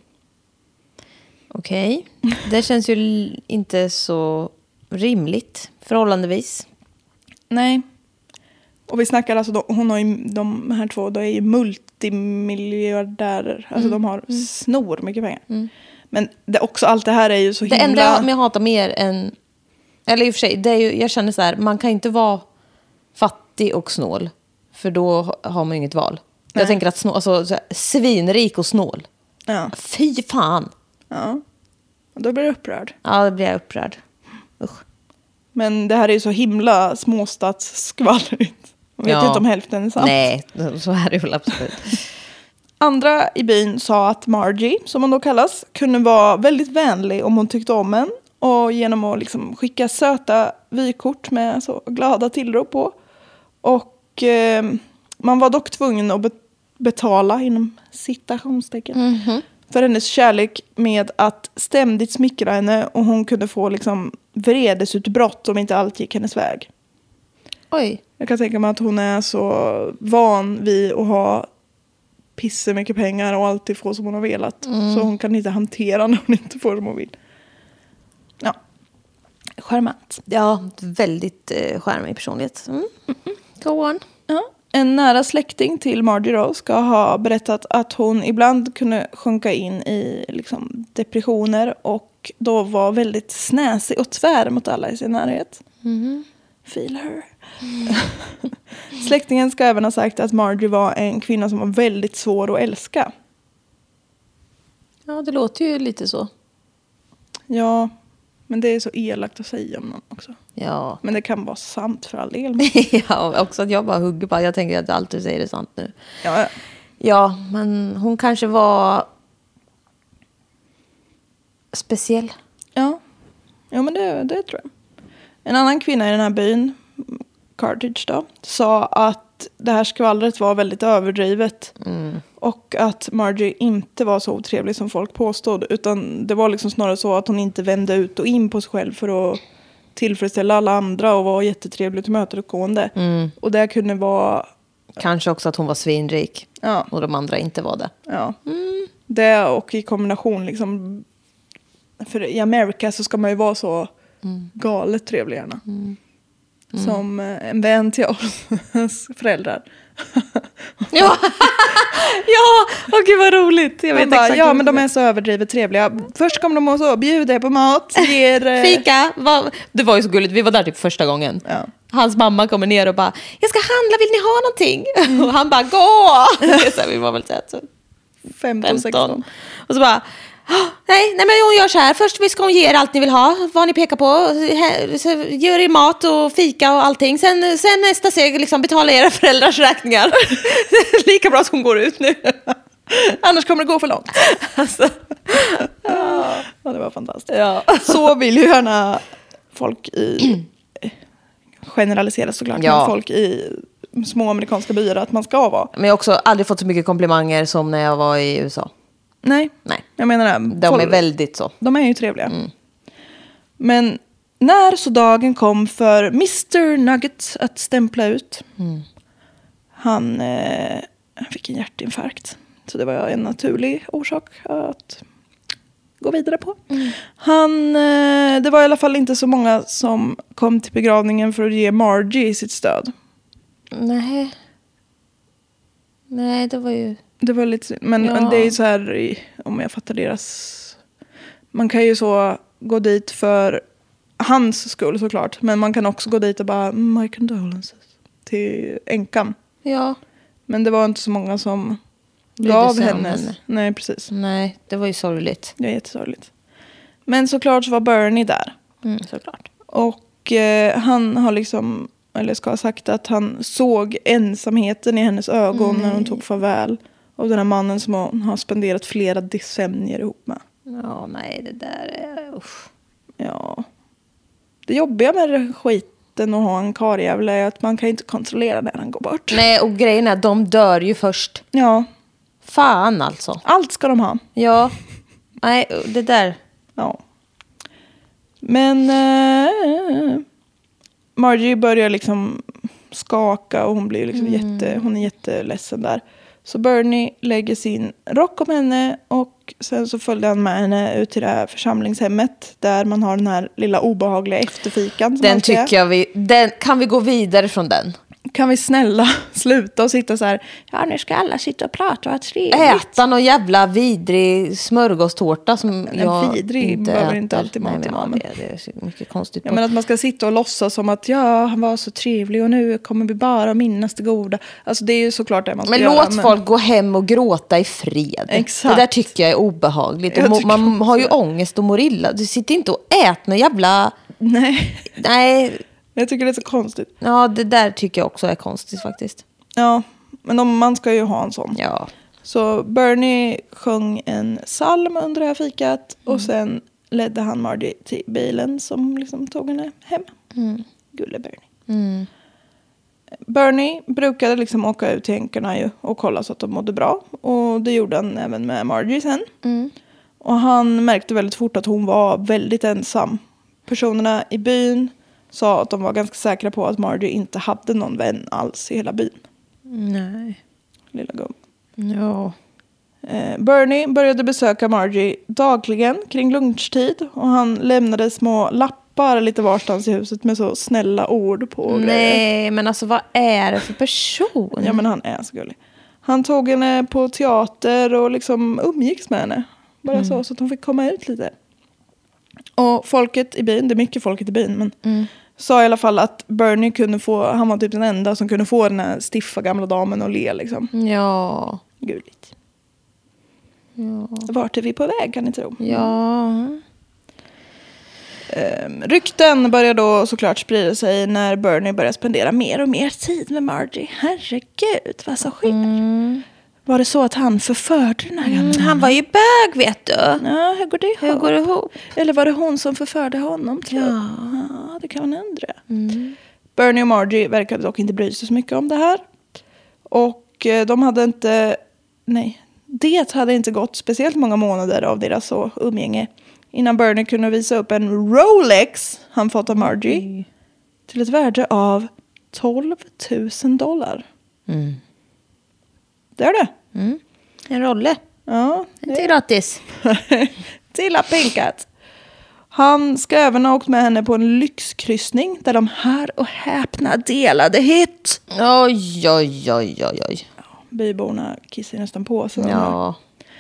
Okej. Det känns ju inte så rimligt förhållandevis. Nej. Och vi snackar alltså, hon har ju, de här två, de är ju multimiljardärer. Alltså de har snor mycket pengar. Mm. Men det, också allt det här är ju så himla... Det enda jag hatar mer än... Eller i och för sig, det är ju, jag känner så här, man kan inte vara fattig och snål. För då har man ju inget val. Nej. Jag tänker att alltså, svinrik och snål. Ja. Fy fan. Ja. Och då blir du upprörd. Ja, då blir jag upprörd. Usch. Men det här är ju så himla småstadsskvallrigt. Man vet inte om hälften är sant. Nej, så är det väl absolut. Andra i byn sa att Margie, som hon då kallas, kunde vara väldigt vänlig om hon tyckte om en. Och genom att liksom skicka söta vykort med så glada tillrop på. Och man var dock tvungen att betala inom citationstecken. Mm-hmm. För hennes kärlek med att ständigt smickra henne. Och hon kunde få liksom vredesutbrott om inte allt gick hennes väg. Oj. Jag kan tänka mig att hon är så van vid att ha pisse mycket pengar och alltid få som hon har velat. Så hon kan inte hantera när hon inte får som hon vill. Ja. Charmant. Ja, väldigt charmig personlighet. Go on. Ja. En nära släkting till Margie Rose ska ha berättat att hon ibland kunde sjunka in i liksom, depressioner och då var väldigt snäsig och tvär mot alla i sin närhet. Feel her. Släktingen ska även ha sagt att Margie var en kvinna som var väldigt svår att älska. Ja, det låter ju lite så. Ja, men det är så elakt att säga om någon också. Ja. Men det kan vara sant för all del. Ja, också att jag bara hugger på. Jag tänker att allt du säger är sant nu. Ja. Ja, men hon kanske var speciell. Ja, men det tror jag. En annan kvinna i den här byn, Carthage då, sa att det här skvallret var väldigt överdrivet. Och att Margie inte var så otrevlig som folk påstod. Utan det var liksom snarare så att hon inte vände ut och in på sig själv för att tillfredsställa alla andra och var jättetrevlig och tillmötesgående. Och det kunde vara... Kanske också att hon var svinrik. Ja. Och de andra inte var det. Ja. Det och i kombination liksom... För i Amerika så ska man ju vara så galet trevlig gärna. Som en vän till oss föräldrar. Ja, okej vad roligt. Jag vet bara, exakt men de är så överdrivet trevliga. Först kommer de och så bjuder på mat. Fika. Det var ju så gulligt. Vi var där typ första gången. Ja. Hans mamma kommer ner och bara, jag ska handla, vill ni ha någonting? Och han bara, gå! Så vi var väl så 15-16. Och så bara... Nej, men hon gör så här. Först ska hon ge er allt ni vill ha. Vad ni pekar på. Gör er mat och fika och allting. Sen nästa steg liksom betala era föräldrars räkningar. Lika bra som hon går ut nu. Annars kommer det gå för långt. Alltså. Ja, det var fantastiskt. Ja. Så vill ju gärna folk generaliseras såklart. Ja. Folk i små amerikanska byar att man ska vara. Men jag har också aldrig fått så mycket komplimanger som när jag var i USA. Nej, jag menar det. De är väldigt så. De är ju trevliga. Men när så dagen kom för Mr. Nugget att stämpla ut. Han fick en hjärtinfarkt. Så det var en naturlig orsak att gå vidare på. Det var i alla fall inte så många som kom till begravningen för att ge Margie sitt stöd. Nej, det var ju... Det var lite, men det är ju så här, om jag fattar deras... Man kan ju så gå dit för hans skull såklart. Men man kan också gå dit och bara, my condolences till änkan. Ja. Men det var inte så många som gav henne. Nej, precis. Nej, det var ju sorgligt. Det är jättesorgligt. Men såklart så var Bernie där. Såklart. Och han har liksom, eller ska ha sagt att han såg ensamheten i hennes ögon när hon tog farväl av den här mannen som hon har spenderat flera decennier ihop med. Ja, nej, det där är... Usch. Ja. Det jobbiga med skiten att ha en karjävel är att man kan inte kontrollera när han går bort. Nej, och grejen är att de dör ju först. Ja. Fan alltså. Allt ska de ha. Ja. Nej, det där. Ja. Men Margie börjar liksom skaka och hon blir liksom hon är jätteledsen där. Så Bernie lägger sin rock om henne och sen så följde han med henne ut till det här församlingshemmet där man har den här lilla obehagliga efterfikan. Den tycker jag kan vi gå vidare från den? Kan vi snälla sluta och sitta så här, ja nu ska alla sitta och prata och ha trevligt. Äta någon jävla vidrig smörgåstårta som jag vidrig inte behöver äter. inte alltid mat. Nej, det är så mycket konstigt. Ja, men att man ska sitta och låtsas som att ja, han var så trevlig och nu kommer vi bara minnas det goda. Alltså det är ju såklart det man ska göra. Låt folk gå hem och gråta i fred. Exakt. Det där tycker jag är obehagligt. Man har ju ångest och mår illa. Du sitter inte och äter någon jävla... Nej. Jag tycker det är så konstigt. Ja, det där tycker jag också är konstigt faktiskt. Ja, men man ska ju ha en sån. Ja. Så Bernie sjöng en psalm under det här fikat. Och sen ledde han Margie till bilen som liksom tog henne hem. Gulle Bernie. Bernie brukade liksom åka ut till änkorna ju och kolla så att de mådde bra. Och det gjorde han även med Margie sen. Och han märkte väldigt fort att hon var väldigt ensam. Personerna i byn sa att de var ganska säkra på att Margie inte hade någon vän alls i hela byn. Nej. Lilla gumman. Ja. Bernie började besöka Margie dagligen kring lunchtid. Och han lämnade små lappar lite varstans i huset med så snälla ord på. Nej, men alltså vad är det för person? Ja, men han är så gullig. Han tog henne på teater och liksom umgicks med henne. Bara så att hon fick komma ut lite. Och folket i byn, det är mycket folket i byn, men sa i alla fall att Bernie kunde få, han var typ den enda som kunde få den här stiffa gamla damen att le liksom. Ja. Gulligt. Ja. Vart är vi på väg, kan ni tro? Ja. Rykten börjar då såklart sprida sig när Bernie börjar spendera mer och mer tid med Margie. Herregud, vad så sker? Var det så att han förförde den här gamla? Han var ju bög, vet du. Ja, hur går det ihop? Hur går det ihop? Eller var det hon som förförde honom, tror jag? Ja, det kan man undra. Bernie och Margie verkade dock inte bry sig så mycket om det här. Och de hade inte... Nej, det hade inte gått speciellt många månader av deras så umgänge innan Bernie kunde visa upp en Rolex han fått av Margie till ett värde av $12,000. Det är det. En rolle. Ja. Inte gratis. Till pinkat. Han ska även ha åkt med henne på en lyxkryssning där de här och häpna delade hit. Oj, oj, oj, oj, oj. Byborna kissar nästan på sig. Ja.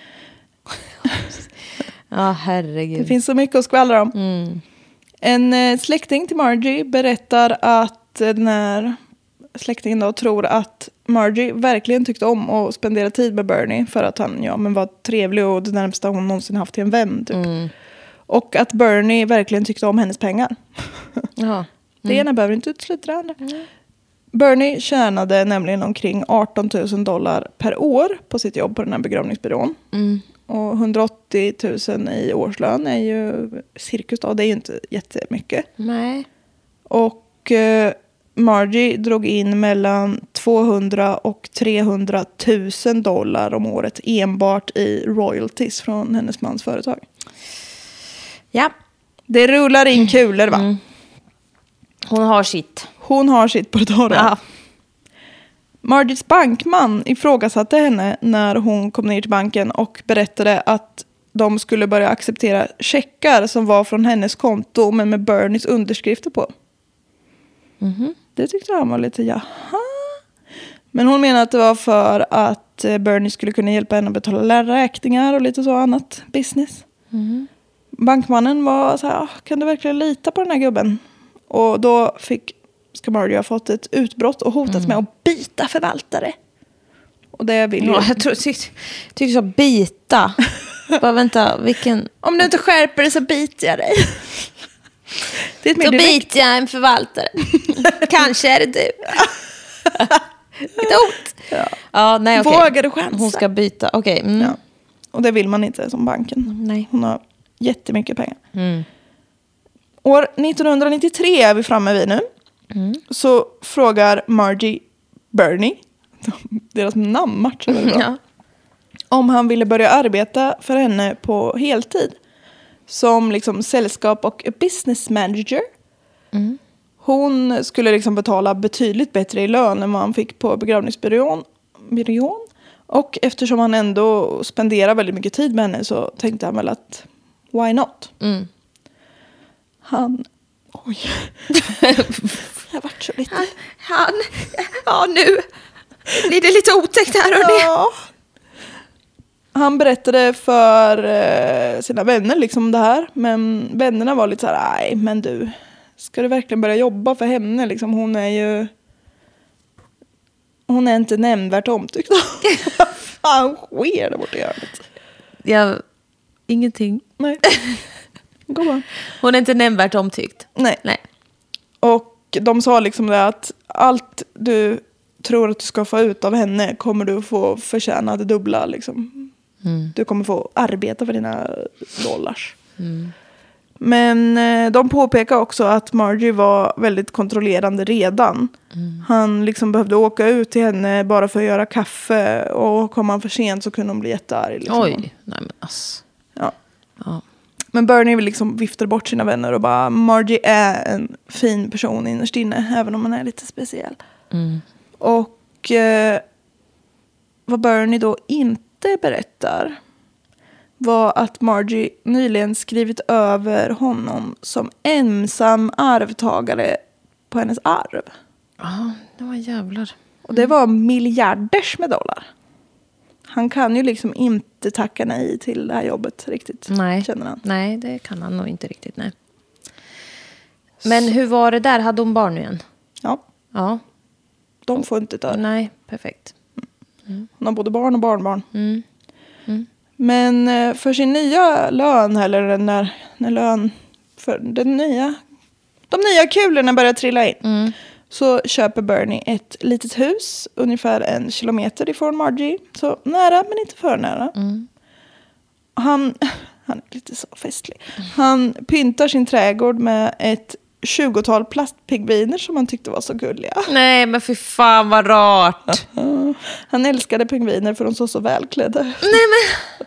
Ja, herregud. Det finns så mycket att skvallra om. En släkting till Margie berättar att den här släktingen då tror att Margie verkligen tyckte om att spendera tid med Bernie för att han var trevlig och det närmsta hon någonsin haft till en vän typ. Och att Bernie verkligen tyckte om hennes pengar. Det ena behöver inte utesluta det andra. Bernie tjänade nämligen omkring $18,000 per år på sitt jobb på den här begravningsbyrån. Och 180 000 i årslön är ju cirkus då. Det är ju inte jättemycket. Nej. Och Margie drog in mellan 200 och 300 000 dollar om året enbart i royalties från hennes mans företag. Ja. Det rullar in kulor, va? Hon har sitt. Hon har sitt på det torra. Ja. Margies bankman ifrågasatte henne när hon kom ner till banken och berättade att de skulle börja acceptera checkar som var från hennes konto men med Bernies underskrifter på. Det tyckte han var lite jaha. Men hon menade att det var för att Bernie skulle kunna hjälpa henne att betala räkningar och lite så annat business. Bankmannen var så här, kan du verkligen lita på den här gubben? Och då ska Margie ha fått ett utbrott och hotat med att byta förvaltare. Och det vill ju... Ja, jag tycker så bita. Bara vänta, vilken... Om du inte skärper dig så biter jag dig. Det är ett så biter jag en förvaltare. Kanske är det du. Ett hot. Ja, nej, okej. Vågar du chansa? Hon ska byta, okej. Ja. Och det vill man inte som banken. Nej. Hon har jättemycket pengar. År 1993 är vi framme vid nu. Så frågar Margie Bernie, deras namn matchar väldigt bra, om han ville börja arbeta för henne på heltid. Som liksom sällskap och business manager. Hon skulle liksom betala betydligt bättre i lön än vad han fick på begravningsbyrån. Och eftersom han ändå spenderar väldigt mycket tid med henne så tänkte han väl att why not? Han... Oj. Jag vart så lite... Ja, nu blir det lite otäckt här, hörni. Ja. Han berättade för sina vänner liksom det här. Men vännerna var lite så här, nej men du, ska du verkligen börja jobba för henne? Liksom, hon är inte nämnvärt omtyckt. Vad fan sker det borta i hörnet? Ingenting. Nej. Gå bara. Hon är inte nämnvärt omtyckt. Nej. Och de sa liksom det att allt du tror att du ska få ut av henne kommer du få förtjäna det dubbla liksom. Du kommer få arbeta för dina dollars. Men de påpekar också att Margie var väldigt kontrollerande redan. Han liksom behövde åka ut till henne bara för att göra kaffe. Och kom han för sent så kunde hon bli jättearg. Liksom. Oj, nej men ass. Ja. Men Bernie vill liksom vifta bort sina vänner och bara, Margie är en fin person innerst inne, även om han är lite speciell. Och vad Bernie då inte berättar var att Margie nyligen skrivit över honom som ensam arvtagare på hennes arv. Ja, det var jävlar. Och det var miljarders med dollar. Han kan ju liksom inte tacka nej till det här jobbet riktigt. Nej, känner han. Nej, det kan han nog inte riktigt, nej. Men hur var det där? Hade hon barn nu igen? Ja. De får inte dö. Nej, perfekt. Hon har både barn och barnbarn. Men för sin nya lön, eller när lön för de nya kulorna börjar trilla in, så köper Bernie ett litet hus ungefär 1 kilometer ifrån Margie. Så nära men inte för nära. Han är lite så festlig. Han pyntar sin trädgård med ett 20-tal plastpingviner som han tyckte var så gulliga. Nej, men för fan vad rart. Han älskade pingviner för de såg så välklädda. Nej, men...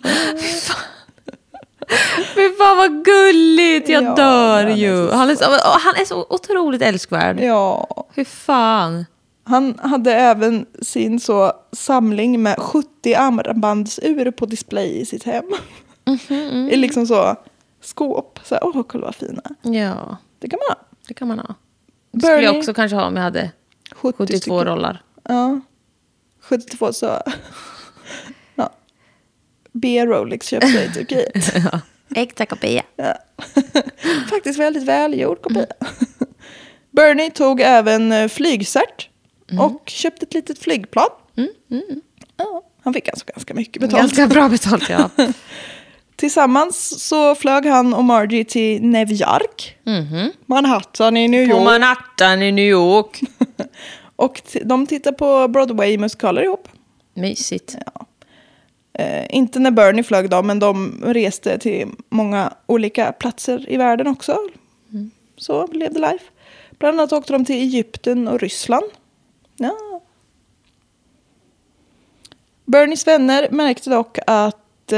Fy fan vad gulligt. Jag dör ju. Han är så otroligt älskvärd. Ja. Fy fan. Han hade även sin så samling med 70 armbandsur på display i sitt hem. Det är liksom så skåp. Så här, kolla vad fina. Ja. Det kan man ha. Det kan man ha. Det skulle jag också kanske ha om jag hade 72 rollar. Ja. 72 så... ja. B. Rolex köpte i Turkiet. Ja. Äkta kopia. Ja. Faktiskt väldigt välgjord kopia. Bernie tog även flygcert. Och köpte ett litet flygplan. Ja, han fick alltså ganska mycket betalt. Ganska bra betalt, ja. Tillsammans så flög han och Margie till New York. Manhattan i New York. På Manhattan i New York. Och de tittar på Broadway-musikaler ihop. Mysigt. Ja. Inte när Bernie flög då, men de reste till många olika platser i världen också. Så levde life. Bland annat åkte de till Egypten och Ryssland. Ja. Bernies vänner märkte dock att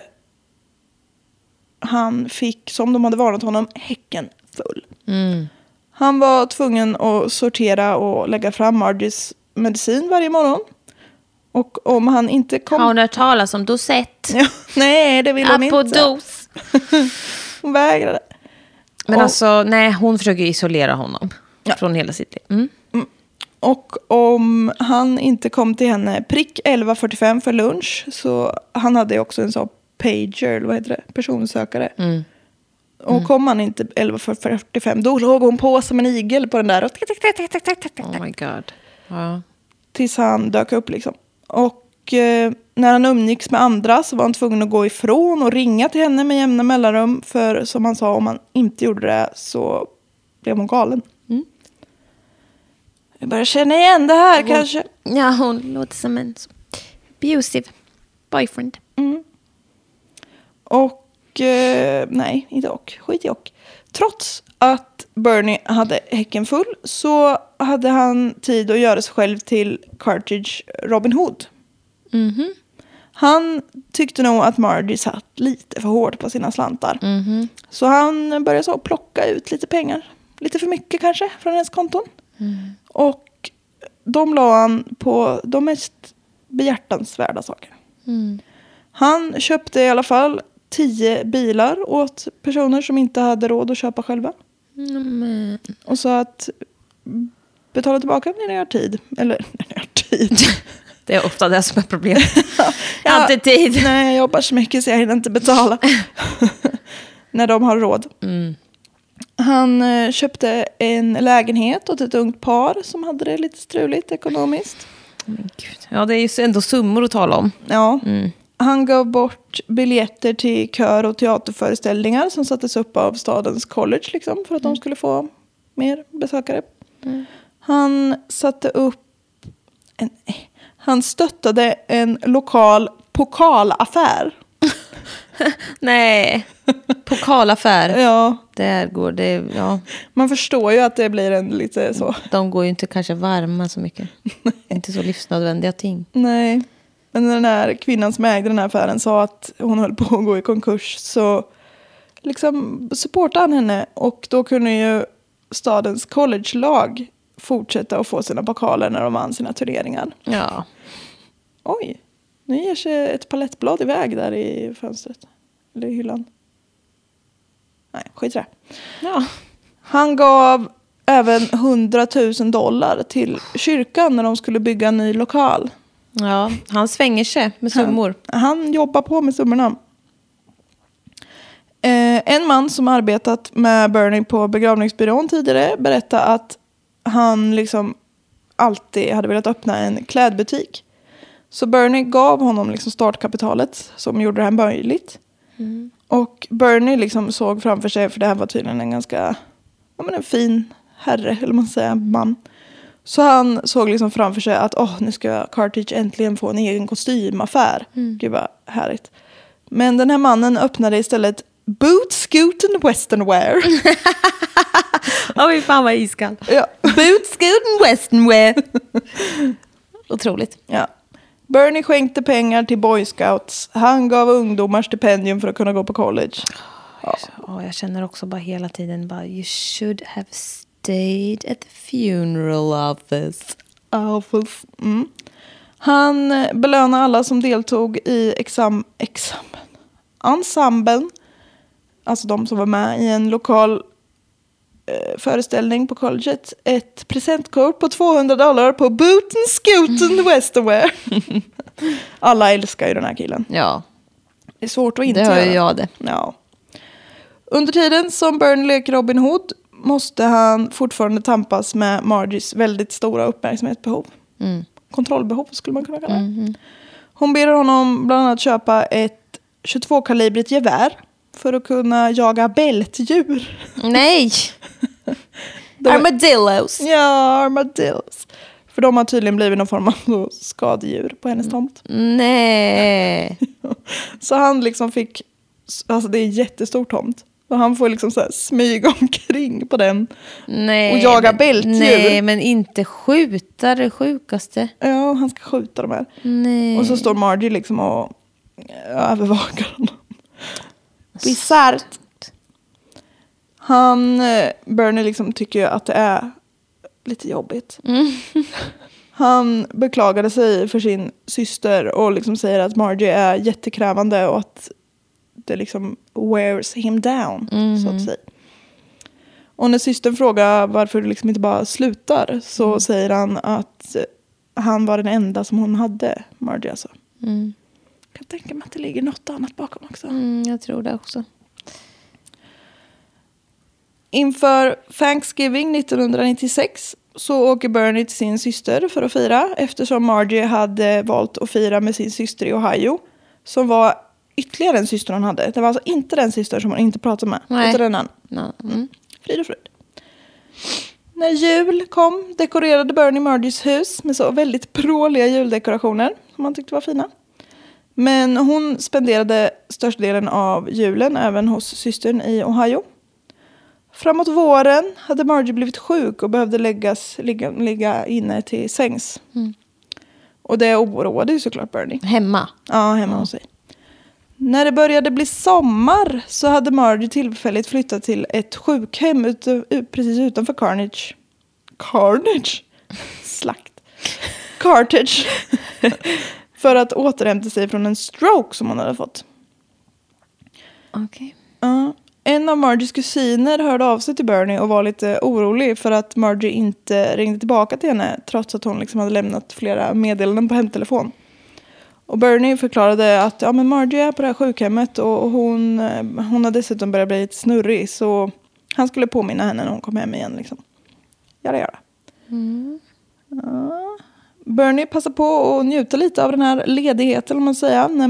han fick, som de hade varnat honom, häcken full. Han var tvungen att sortera och lägga fram Margies medicin varje morgon. Och om han inte kom... Har hon hört talas om dosett? Ja, nej, det vill hon inte. Apodos. Hon vägrade. Men alltså, nej, hon försöker isolera honom från hela sitt liv. Och om han inte kom till henne prick 11:45 för lunch, så han hade också en sån pager, eller vad heter det? Personsökare. Och kom han inte 11:45, då låg hon på som en igel på den där. Oh my god. Ja. Tills han dök upp liksom. Och när han umgicks med andra så var han tvungen att gå ifrån och ringa till henne med jämna mellanrum. För som han sa, om han inte gjorde det så blev hon galen. Jag börjar känna igen det här kanske. Ja, hon låter som en abusive boyfriend. Och nej, inte och. Skit i och. Trots att Bernie hade häcken full så hade han tid att göra sig själv till Carthage Robin Hood. Han tyckte nog att Margie satt lite för hårt på sina slantar. Så han började så plocka ut lite pengar. Lite för mycket kanske från hennes konton. Och de la han på de mest behjärtansvärda saker. Han köpte i alla fall 10 bilar åt personer som inte hade råd att köpa själva. Och så att betala tillbaka när ni har tid. Eller när ni har tid. Det är ofta det som är problemet. Jag har inte tid. Nej, jag jobbar så mycket så jag hinner inte betala. När de har råd. Han köpte en lägenhet åt ett ungt par som hade det lite struligt ekonomiskt. Men Gud. Ja, det är ju ändå summor att tala om. Ja. Han gav bort biljetter till kör- och teaterföreställningar som sattes upp av stadens college liksom, för att de skulle få mer besökare. Han satte upp han stöttade en lokal pokalaffär. Nej, pokalaffär. Ja. Där går det, ja. Man förstår ju att det blir en lite så. De går ju inte kanske varma så mycket. Inte så livsnödvändiga ting. Nej. Men när den här kvinnan som ägde den här affären sa att hon höll på att gå i konkurs så liksom supportade han henne. Och då kunde ju stadens college-lag fortsätta att få sina pokaler när de vann sina turneringar. Ja. Oj, nu ger sig ett palettblad iväg där i fönstret. Eller i hyllan. Nej, skit i det. Ja. Han gav även $100,000 till kyrkan när de skulle bygga en ny lokal. Ja, han svänger sig med summor. Han jobbar på med summorna. En man som arbetat med Bernie på begravningsbyrån tidigare berättade att han liksom alltid hade velat öppna en klädbutik. Så Bernie gav honom liksom startkapitalet som gjorde det här möjligt. Och Bernie liksom såg framför sig, för det här var tydligen en ganska en fin herre, eller man säger man. Så han såg liksom framför sig att nu ska Carthage äntligen få en egen kostymaffär. Gud vad härligt. Men den här mannen öppnade istället Boot, Scoot and Western Wear. Ja, fan vad iskall. Ja. Boot, Scoot and Western Wear. Otroligt. Ja. Bernie skänkte pengar till Boy Scouts. Han gav ungdomar stipendium för att kunna gå på college. Ja, jag känner också bara hela tiden bara, you should have stayed at the funeral office. Han belönade alla som deltog i ensemblen. Alltså de som var med i en lokal föreställning på colleget. Ett presentkort på $200 på Boot and Scoot and Westernwear. Alla älskar ju den här killen. Ja. Det är svårt att inte göra. Det har göra. jag det. Ja. Under tiden som Bernie leker Robin Hood måste han fortfarande tampas med Margies väldigt stora uppmärksamhetsbehov. Kontrollbehov skulle man kunna kalla det. Hon ber honom bland annat köpa ett 22-kalibrigt gevär för att kunna jaga bältdjur. Nej! Armadillos. Ja, armadillos. För de har tydligen blivit någon form av skadedjur på hennes tomt. Nej. Så han liksom fick, alltså det är en jättestor tomt. Och han får liksom så här smyga omkring på den. Nej, och jaga bältdjur. Nej, men inte skjuta det sjukaste. Ja, han ska skjuta de här. Nej. Och så står Margie liksom och övervakar honom. Bizarrt. Bernie liksom tycker ju att det är lite jobbigt. Han beklagade sig för sin syster och liksom säger att Margie är jättekrävande och att det liksom wears him down, så att säga. Och när systern frågar varför du liksom inte bara slutar så säger han att han var den enda som hon hade, Margie alltså. Jag kan tänka mig att det ligger något annat bakom också. Jag tror det också. Inför Thanksgiving 1996 så åker Bernie till sin syster för att fira. Eftersom Margie hade valt att fira med sin syster i Ohio. Som var ytterligare en syster hon hade. Det var alltså inte den syster som hon inte pratade med. Nej. Utan den annan. Frid och fröjd. När jul kom dekorerade Bernie Margies hus med så väldigt pråliga juldekorationer som man tyckte var fina. Men hon spenderade största delen av julen även hos systern i Ohio. Framåt våren hade Margie blivit sjuk och behövde ligga inne till sängs. Och det oroade ju såklart Bernie. Hemma? Ja, hemma hos sig. När det började bli sommar så hade Margie tillfälligt flyttat till ett sjukhem precis utanför Carnage? Slakt. Carthage. För att återhämta sig från en stroke som hon hade fått. Okej. En av Margies kusiner hörde av sig till Bernie och var lite orolig för att Margie inte ringde tillbaka till henne trots att hon liksom hade lämnat flera meddelanden på hemtelefon. Och Bernie förklarade att men Margie är på det här sjukhemmet och hon har dessutom börjat bli lite snurrig så han skulle påminna henne när hon kom hem igen liksom. Göra. Bernie passade på att njuta lite av den här ledigheten om man säger när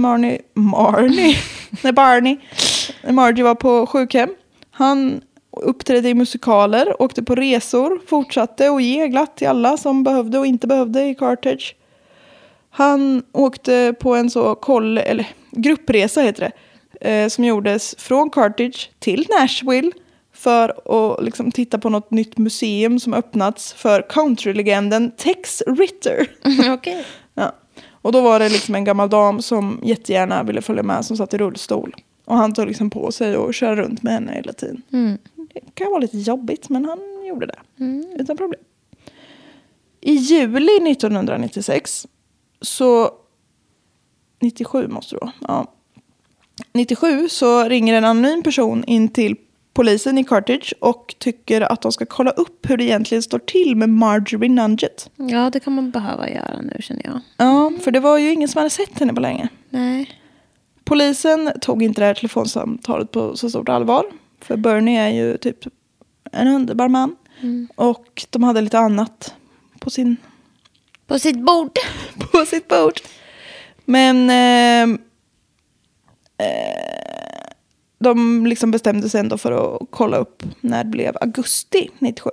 Margie var på sjukhem. Han uppträdde i musikaler, åkte på resor, fortsatte att ge glatt till alla som behövde och inte behövde i Carthage. Han åkte på en gruppresa heter det, som gjordes från Carthage till Nashville för att liksom titta på något nytt museum som öppnats för countrylegenden Tex Ritter. Okej. Ja. Och då var det liksom en gammal dam som jättegärna ville följa med som satt i rullstol. Och han tog liksom på sig och körde runt med henne hela tiden. Det kan vara lite jobbigt men han gjorde det utan problem. I juli 1996 så 97 måste det vara. Ja. 97 så ringer en anonym person in till polisen i Carthage och tycker att de ska kolla upp hur det egentligen står till med Marjorie Nugent. Ja, det kan man behöva göra nu känner jag. Ja, för det var ju ingen som hade sett henne på länge. Nej. Polisen tog inte det här telefonsamtalet på så stort allvar. För Bernie är ju typ en underbar man. Och de hade lite annat på sitt bord. På sitt bord. Men de liksom bestämde sig ändå för att kolla upp när det blev augusti 97.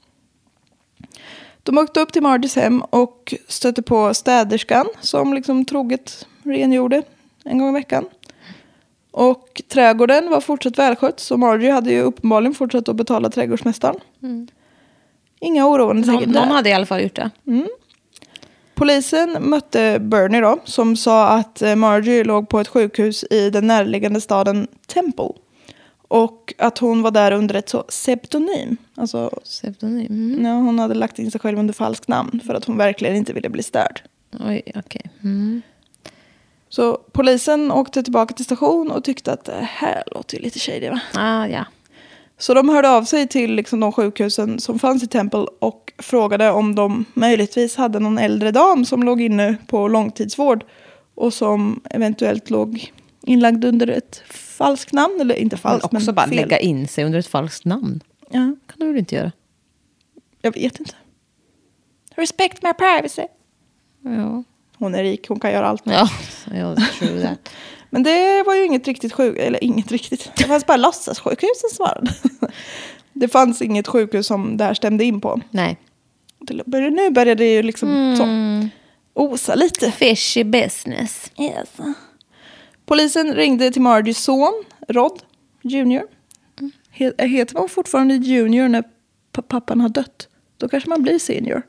De åkte upp till Margies hem och stötte på städerskan som liksom troget rengjorde en gång i veckan. Och trädgården var fortsatt välskött så Margie hade ju uppenbarligen fortsatt att betala trädgårdsmästaren. Inga oroande tecken där. Någon hade i alla fall gjort det. Polisen mötte Bernie då, som sa att Margie låg på ett sjukhus i den närliggande staden Temple. Och att hon var där under ett så pseudonym. Alltså, pseudonym? Ja, hon hade lagt in sig själv under falskt namn för att hon verkligen inte ville bli störd. Oj, okej. Så polisen åkte tillbaka till station och tyckte att det här låter ju lite shady va? Ja. Så de hörde av sig till liksom de sjukhusen som fanns i Temple och frågade om de möjligtvis hade någon äldre dam som låg inne på långtidsvård och som eventuellt låg inlagd under ett falskt namn eller inte falskt men också bara fel. Lägga in sig under ett falskt namn. Ja. Kan du väl inte göra? Jag vet inte. Respect my privacy. Ja. Hon är rik, hon kan göra allt. Ja, true that. Men det var ju inget riktigt det fanns bara låtsassjukhusen svarade. Det fanns inget sjukhus som det här stämde in på. Nej. Nu började det ju liksom osa lite. Fishy business. Yes. Polisen ringde till Margies son, Rod Junior. Heter man fortfarande Junior när pappan har dött? Då kanske man blir senior.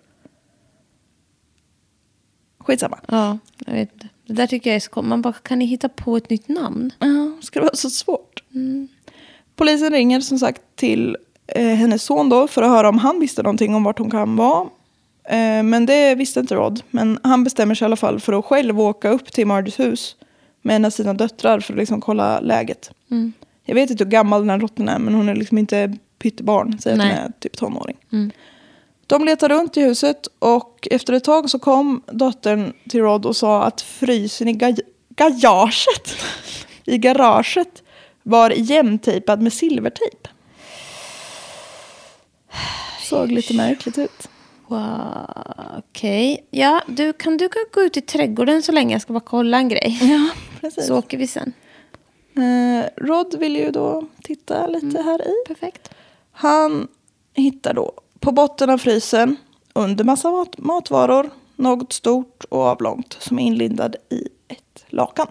Skitsamma. Ja, jag vet inte. Det där tycker jag är så man bara, kan ni hitta på ett nytt namn? Ja, ska det vara så svårt? Polisen ringer som sagt till hennes son då för att höra om han visste någonting om vart hon kan vara. Men det visste inte Rod. Men han bestämmer sig i alla fall för att själv åka upp till Margies hus med en av sina döttrar för att liksom kolla läget. Jag vet inte hur gammal den här dottern är, men hon är liksom inte pyttebarn. Säger att hon är typ tonåring. De letade runt i huset och efter ett tag så kom dottern till Rod och sa att frysen i garaget var jämntejpad med silvertejp. Såg lite märkligt ut. Okej. Ja, du kan gå ut i trädgården så länge. Jag ska bara kolla en grej. Ja, precis. Så åker vi sen. Rod vill ju då titta lite här i. Perfekt. Han hittar då på botten av frysen under massa matvaror något stort och avlångt som är inlindad i ett lakan.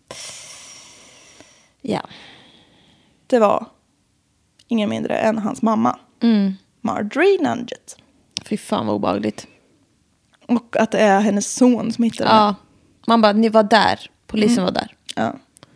Ja. Det var ingen mindre än hans mamma. Marjorie Nugent. Fy fan vad obehagligt. Och att det är hennes son som hittade Ja. Man bara, ni var där. Polisen var där. Ja.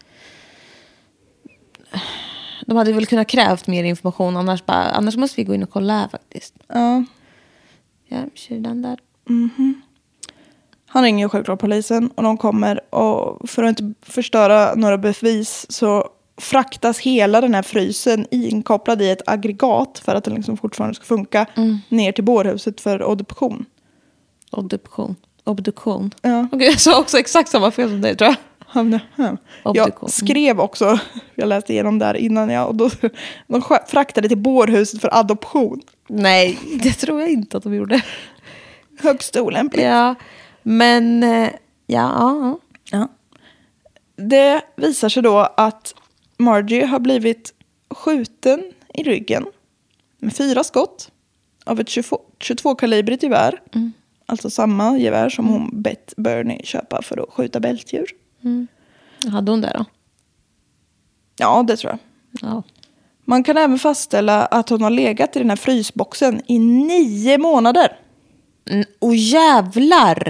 De hade väl kunnat krävt mer information. Annars måste vi gå in och kolla här faktiskt. Ja. Ja, kör den där. Han ringer ju självklart polisen och de kommer, och för att inte förstöra några bevis så fraktas hela den här frysen inkopplad i ett aggregat för att den liksom fortfarande ska funka ner till bårhuset för obduktion. Obduktion. Ja. Okej, jag sa också exakt samma fel som dig, tror jag. Jag skrev också, jag läste igenom där innan och de fraktade till bårhuset för adoption. Nej, det tror jag inte att de gjorde. Högst olämpligt. Ja, men ja. Det visar sig då att Margie har blivit skjuten i ryggen med 4 skott av ett 22-kalibrigt gevär. Alltså samma gevär som hon bett Bernie köpa för att skjuta bältdjur. Hade hon det då? Ja, det tror jag. Ja. Man kan även fastställa att hon har legat i den här frysboxen i 9 månader. Jävlar!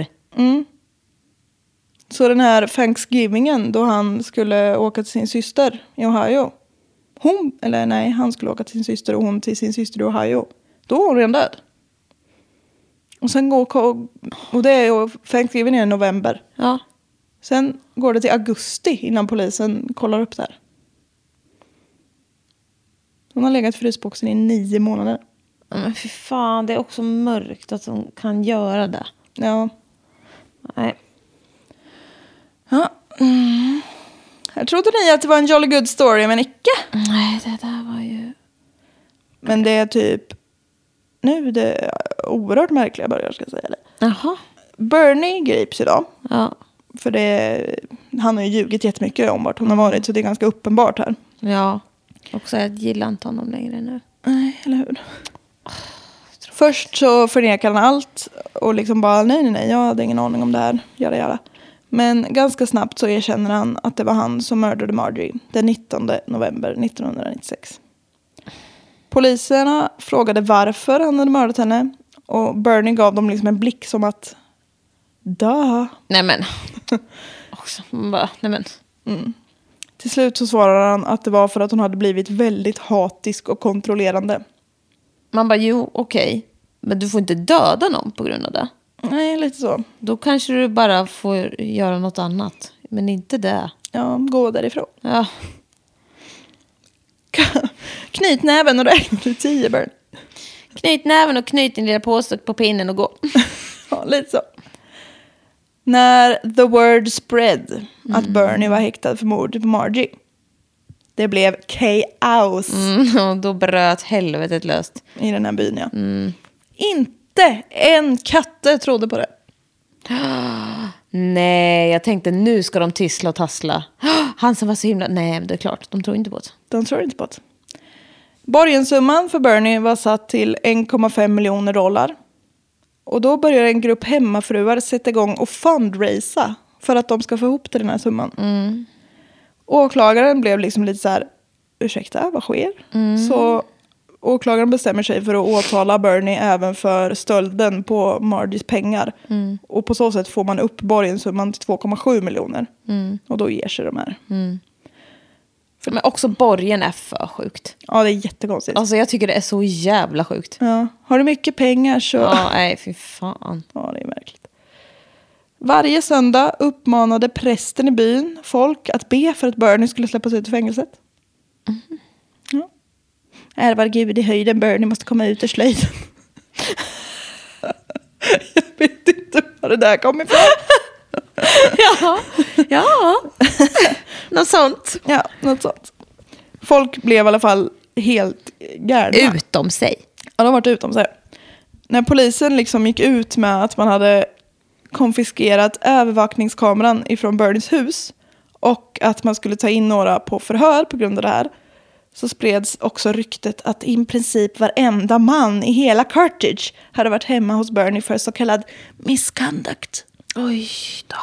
Så den här Thanksgivingen då han skulle åka till sin syster i Ohio. Han skulle åka till sin syster och hon till sin syster i Ohio. Då var hon redan död. Och sen och det är ju Thanksgiving i november. Ja. Sen går det till augusti innan polisen kollar upp det här. Hon har legat i frysboxen i 9 månader. Men fy fan, det är också mörkt att de kan göra det. Ja. Nej. Ja. Jag trodde ni att det var en jolly good story, men icke. Nej, det där var ju... Men det är typ... Nu det är oerhört märkliga börjar, ska jag säga. Jaha. Bernie grips idag. Ja. För han har ju ljugit jättemycket om vart hon har varit, så det är ganska uppenbart här. Ja. Också jag gillar inte honom längre nu. Nej, eller hur? Först så förnekar han allt och liksom bara nej, jag hade ingen aning om det här. Göra. Men ganska snabbt så erkänner han att det var han som mördade Marjorie den 19 november 1996. Poliserna frågade varför han hade mördat henne och Bernie gav dem liksom en blick som att Nej men. Också bara, nej men. Till slut så svarade han att det var för att hon hade blivit väldigt hatisk och kontrollerande. Man bara, jo, okej. Men du får inte döda någon på grund av det. Nej, lite så. Då kanske du bara får göra något annat. Men inte det. Ja, gå därifrån. Ja. Knyt näven och räkna till 10, Bernie. Knyt näven och knyt din lilla påse på pinnen och gå. Ja, lite så. När the word spread att Bernie var häktad för mordet på Margie. Det blev chaos. Och då bröt helvetet löst. I den här byn, ja. Inte en katte trodde på det. Nej, jag tänkte nu ska de tissla och tassla. Han som var så himla... Nej, det är klart. De tror inte på det. De tror inte på det. Borgensumman för Bernie var satt till $1,5 miljoner. Och då börjar en grupp hemmafruar sätta igång och fundraisa för att de ska få ihop till den här summan. Åklagaren blev liksom lite så här, ursäkta, vad sker? Så åklagaren bestämmer sig för att åtala Bernie även för stölden på Margies pengar. Och på så sätt får man upp borgensumman till 2,7 miljoner. Och då ger sig de här. Men också borgen är för sjukt. Ja, det är jättekonstigt. Alltså jag tycker det är så jävla sjukt. Ja. Har du mycket pengar så... Ja, nej, fy fan. Ja, det är märkligt. Varje söndag uppmanade prästen i byn folk att be för att Bernie skulle släppas ut ur fängelset. Ja. Ärvar Gud i höjden, Bernie måste komma ut ur slöjden. Jag vet inte var det där kom ifrån. Ja. Något sånt. Ja, något sånt. Folk blev i alla fall helt gärna. Utom sig. Ja, de har varit utom sig. när polisen liksom gick ut med att man hade konfiskerat övervakningskameran ifrån Bernies hus och att man skulle ta in några på förhör på grund av det här, så spreds också ryktet att i princip varenda man i hela Carthage hade varit hemma hos Bernie för så kallad misconduct. Oj då.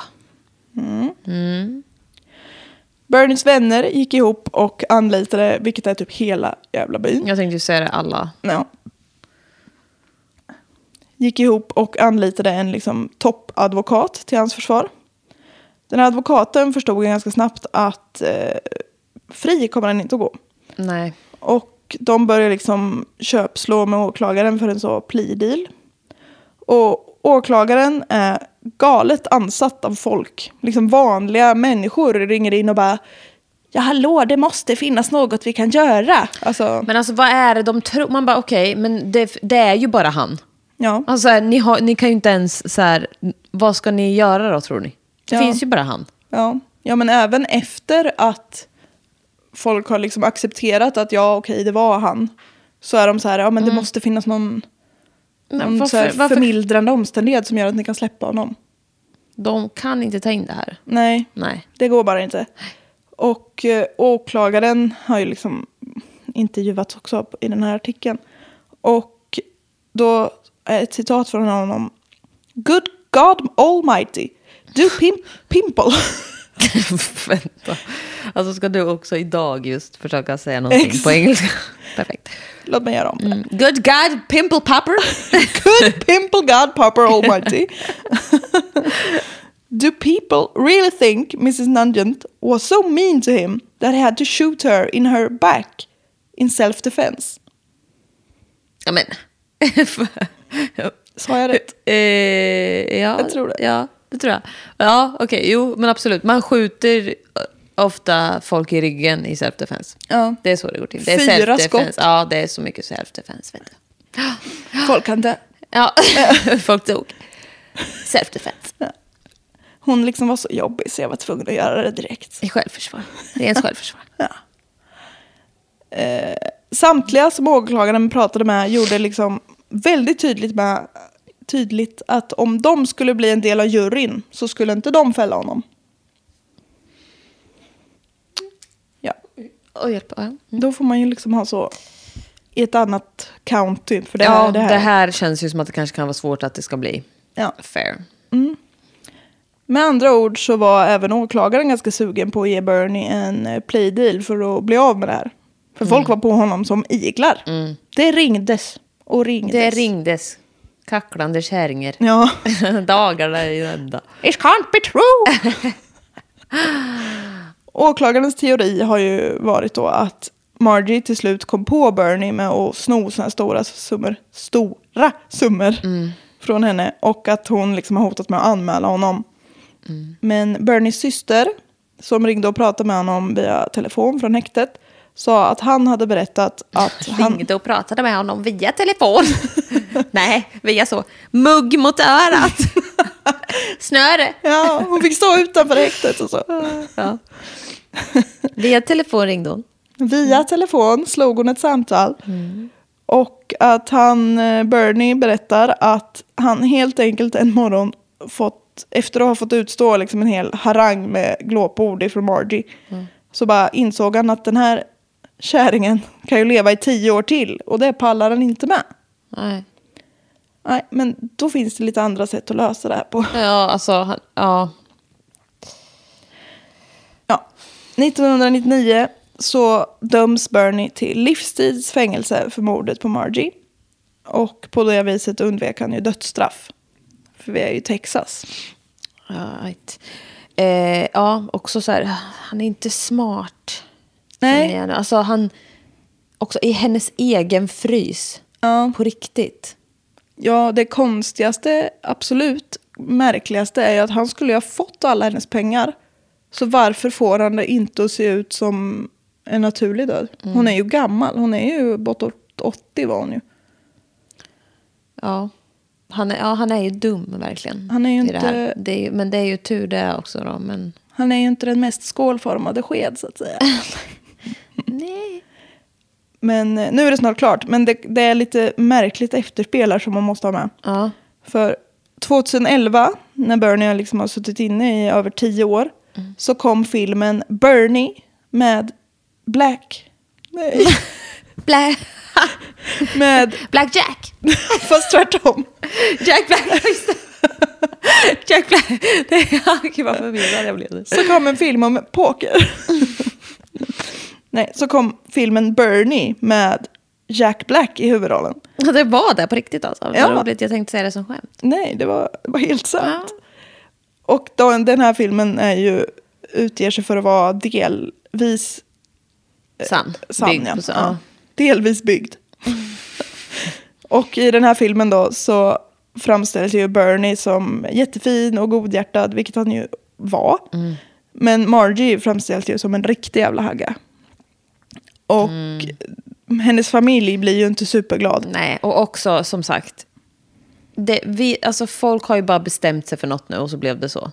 Bernies vänner gick ihop och anlitade, vilket är typ hela jävla byn. Jag tänkte ju säga det, alla. Ja. Gick ihop och anlitade en liksom toppadvokat till hans försvar. Den här advokaten förstod ganska snabbt att fri kommer han inte att gå. Nej. Och de började liksom köpslå med åklagaren för en så plea deal. Och åklagaren är galet ansatt av folk. Liksom vanliga människor ringer in och bara, ja hallå, det måste finnas något vi kan göra. Alltså, men alltså vad är det de tror? Man bara okej, men det är ju bara han. Ja. Alltså ni kan ju inte ens så här, vad ska ni göra då tror ni? Det finns ju bara han. Ja, men även efter att folk har liksom accepterat att ja okej, det var han, så är de så här, ja men det måste finnas någon varför? Förmildrande omständighet som gör att ni kan släppa honom. De kan inte ta in det här. Nej. Det går bara inte. Och åklagaren har ju liksom intervjuats också i den här artikeln. Och då är ett citat från honom. Good God Almighty, do pimple. Vänta. Alltså ska du också idag just försöka säga någonting på engelska? Perfekt. Låt mig göra om det. Good God Pimple Popper. Good Pimple God Popper Almighty. Do people really think Mrs. Nugent was so mean to him that he had to shoot her in her back in self-defense? Ja men. Sa jag rätt? Ja, jag tror det. Ja, det tror jag. Ja, okej. Jo, men absolut. Man skjuter ofta folk i ryggen i self-defense. Ja. Det är så det går till. Det är 4 skott. Ja, det är så mycket self-defense. Vet du. Folk kan dö. Ja, folk dog. Self-defense. Ja. Hon liksom var så jobbig så jag var tvungen att göra det direkt. I självförsvar. Det är ens självförsvar. Ja. Samtliga som åklagaren pratade med gjorde liksom väldigt tydligt att om de skulle bli en del av juryn så skulle inte de fälla honom. Ja. Och hjälpa. Mm. Då får man ju liksom ha så i ett annat county. För det här känns ju som att det kanske kan vara svårt att det ska bli fair. Mm. Med andra ord så var även åklagaren ganska sugen på att ge Bernie en plea deal för att bli av med det här. För folk var på honom som iglar. Mm. Det ringdes och ringdes. Det ringdes. Kacklande kärringar. Ja. Dagarna i ända. It can't be true! Åklagarens teori har ju varit då att Margie till slut kom på Bernie med att sno såna stora summor från henne. Och att hon liksom har hotat med att anmäla honom. Mm. Men Bernies syster, som ringde och pratade med honom via telefon från häktet, sa att han hade berättat att ringde och pratade med honom via telefon. Nej, via så mugg mot örat. Snöre. Ja, hon fick stå utanför häktet och så. Ja. Via telefon ringde hon. Via telefon slog hon ett samtal. Och att Bernie berättar att han helt enkelt en morgon efter att ha fått utstå liksom en hel harang med glåpord från Margie, så bara insåg han att den här kärringen kan ju leva i 10 år till. Och det pallar han inte med. Nej, men då finns det lite andra sätt att lösa det här på. Ja, alltså, ja. 1999 så döms Bernie till livstidsfängelse för mordet på Margie. Och på det viset undvek han ju dödsstraff. För vi är ju i Texas. Right. Också så här, han är inte smart. Nej. Alltså han, också i hennes egen frys. På riktigt. Ja, det konstigaste, absolut märkligaste är ju att han skulle ha fått alla hennes pengar. Så varför får han det inte att se ut som en naturlig död? Hon är ju gammal. Hon är ju bortåt 80 var hon ju. Ja. Han är ju dum verkligen. Han är ju inte... Men det är ju tur det också då. Men... Han är ju inte den mest skålformade sked så att säga. Nej. Men nu är det snart klart. Men det är lite märkligt efterspel som man måste ha med. Ja. För 2011, när Bernie liksom har suttit inne i över 10 år, så kom filmen Bernie med Black. Nej. Med Black Jack. Fast tvärtom. Jack Black. Jack Black. Gud vad förvirrad jag blev. Så kom en film om poker. Nej, så kom filmen Bernie med Jack Black i huvudrollen. Ja, det var det på riktigt alltså. Ja. Vad roligt, jag tänkte säga det som skämt. Nej, det var helt sant. Ja. Och den här filmen utger sig för att vara delvis Sann. sann, ja. Delvis byggd. Och i den här filmen då så framställs ju Bernie som jättefin och godhjärtad, vilket han ju var. Men Margie framställs ju som en riktig jävla hagga. Och hennes familj blir ju inte superglad. Nej, och också som sagt, alltså folk har ju bara bestämt sig för något nu och så blev det så.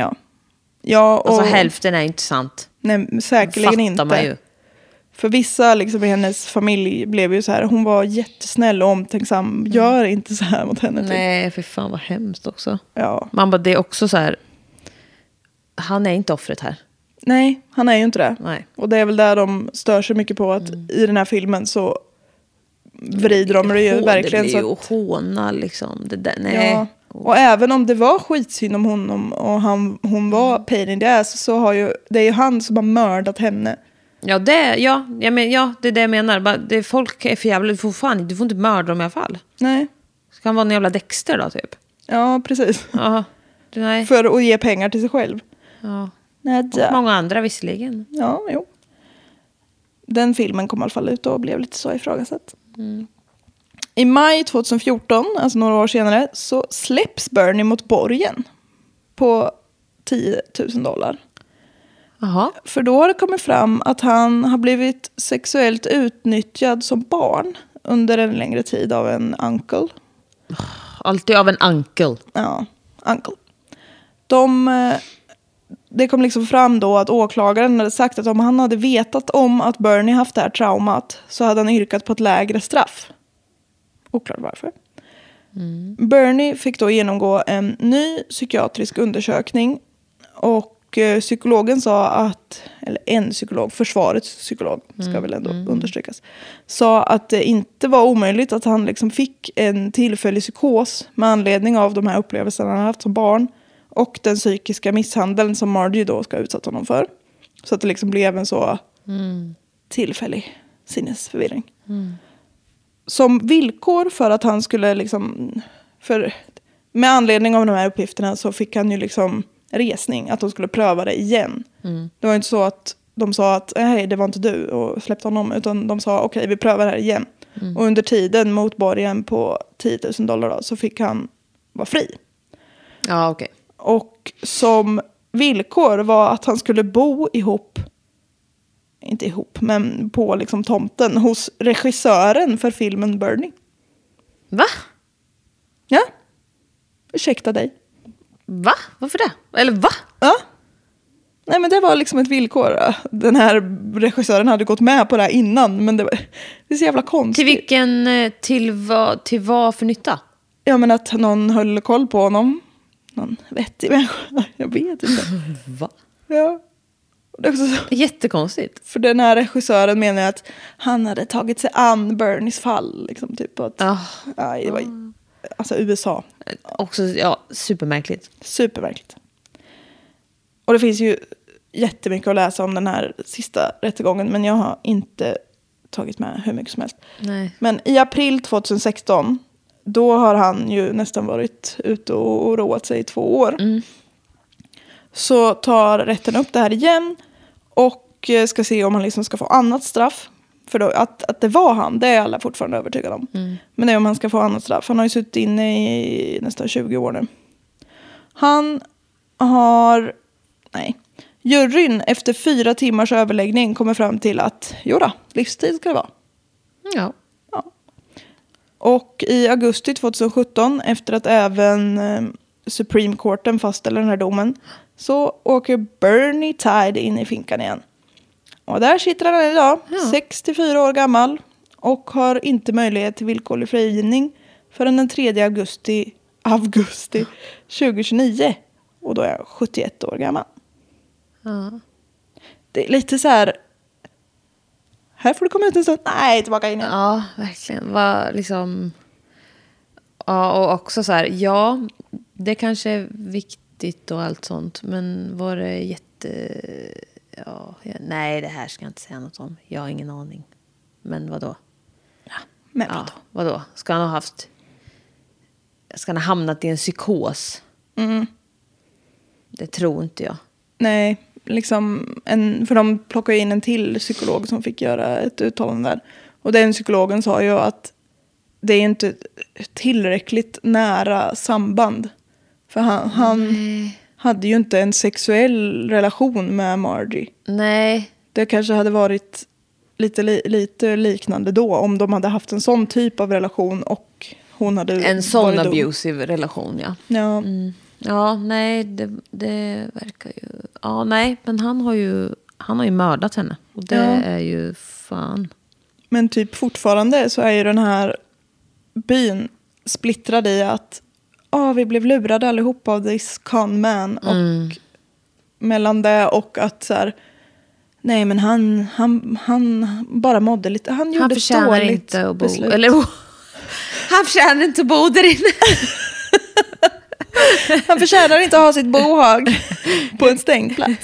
Ja, och alltså hälften är inte sant. Nej, säkerligen inte. Man ju. För vissa liksom i hennes familj blev ju så här, hon var jättesnäll och omtänksam. Gör inte så här mot henne. Nej, för fan vad hemskt också. Ja. Man bara, det är också så här, han är inte offret här. Nej, han är ju inte det. Nej. Och det är väl där de stör sig mycket på att i den här filmen så vrider de det ju verkligen. Det blir ju håna liksom. Det där, nej. Ja. Och även om det var skitsynd om honom och hon var pain in the ass, så det är ju han som har mördat henne. Ja, det är det jag menar. Folk är för jävla, du får inte mörda dem i alla fall. Nej. Ska han vara en jävla Dexter då typ? Ja, precis. Ja, nej. För att ge pengar till sig själv. Ja. Och många andra visserligen. Ja, jo. Den filmen kom i alla fall ut och blev lite så ifrågasatt. I maj 2014, alltså några år senare, så släpps Bernie mot borgen på $10,000. Jaha. För då har det kommit fram att han har blivit sexuellt utnyttjad som barn under en längre tid av en uncle. Alltid av en uncle. Ja, uncle. Det kom liksom fram då att åklagaren hade sagt att om han hade vetat om att Bernie haft det här traumat så hade han yrkat på ett lägre straff. Oklart varför. Bernie fick då genomgå en ny psykiatrisk undersökning och psykologen sa att, eller en psykolog, försvarets psykolog ska väl ändå understrykas, sa att det inte var omöjligt att han liksom fick en tillfällig psykos med anledning av de här upplevelserna han haft som barn och den psykiska misshandeln som Margie då ska utsätta honom för. Så att det liksom blev en så tillfällig sinnesförvirring. Som villkor för att han skulle liksom, med anledning av de här uppgifterna så fick han ju liksom resning, att de skulle pröva det igen. Det var inte så att de sa att hej, det var inte du och släppte honom, utan de sa okej, vi prövar det här igen. Och under tiden mot borgen på $10,000 då, så fick han vara fri. Ja, okej. Och som villkor var att han skulle bo inte ihop, men på liksom tomten hos regissören för filmen Bernie. Va? Ja. Ursäkta dig. Va? Varför det? Eller va? Ja. Nej, men det var liksom ett villkor. Den här regissören hade gått med på det här innan, men det är så jävla konstigt. Till vad för nytta? Ja, men att någon höll koll på honom. Någon vettig människa. Jag vet inte. Va? Ja. Det är också så. Jättekonstigt. För den här regissören menar att han hade tagit sig an Bernies fall. Liksom, typ att, det var alltså USA. Också, ja, supermärkligt. Supermärkligt. Och det finns ju jättemycket att läsa om den här sista rättegången, men jag har inte tagit med hur mycket som helst. Nej. Men i april 2016, då har han ju nästan varit ute och roat sig i 2 år. Så tar rätten upp det här igen och ska se om han liksom ska få annat straff. För då, att det var han, det är alla fortfarande övertygade om. Men det är om han ska få annat straff. Han har ju suttit inne i nästan 20 år nu. Juryn efter 4 timmars överläggning kommer fram till att livstid ska det vara. Ja. Och i augusti 2017, efter att även Supreme Courten fastställer den här domen, så åker Bernie Tide in i finkan igen. Och där sitter han idag, 64 år gammal. och har inte möjlighet till villkorlig frigivning förrän den 3 augusti 2029. Och då är jag 71 år gammal. Ja. Det är lite så här... Här får du komma ut en stund. Nej, tillbaka in igen. Ja, verkligen. Var liksom... Ja, och också så här, ja, det kanske är viktigt och allt sånt. Men var det nej, det här ska jag inte säga något om. Jag har ingen aning. Men vadå? Men Ja, vadå? Ska han ha hamnat i en psykos? Det tror inte jag. Nej, liksom för de plockade in en till psykolog som fick göra ett uttalande där. Och den psykologen sa ju att det är inte tillräckligt nära samband. För han hade ju inte en sexuell relation med Margie. Nej. Det kanske hade varit lite liknande då. Om de hade haft en sån typ av relation och hon hade en sån varit abusive relation, ja. Ja. Ja, nej, det verkar ju... Ja, nej, men han har ju mördat henne. Och det är ju fan... Men typ fortfarande så är ju den här byn splittrad i att vi blev lurade allihopa av this con man. Och mellan det och att så här, nej men han bara mådde lite. Han gjorde ett dåligt inte att bo, beslut. Eller, han förtjänar inte att bo där inne. Han förtjänar inte att ha sitt bohag på en stängd plats.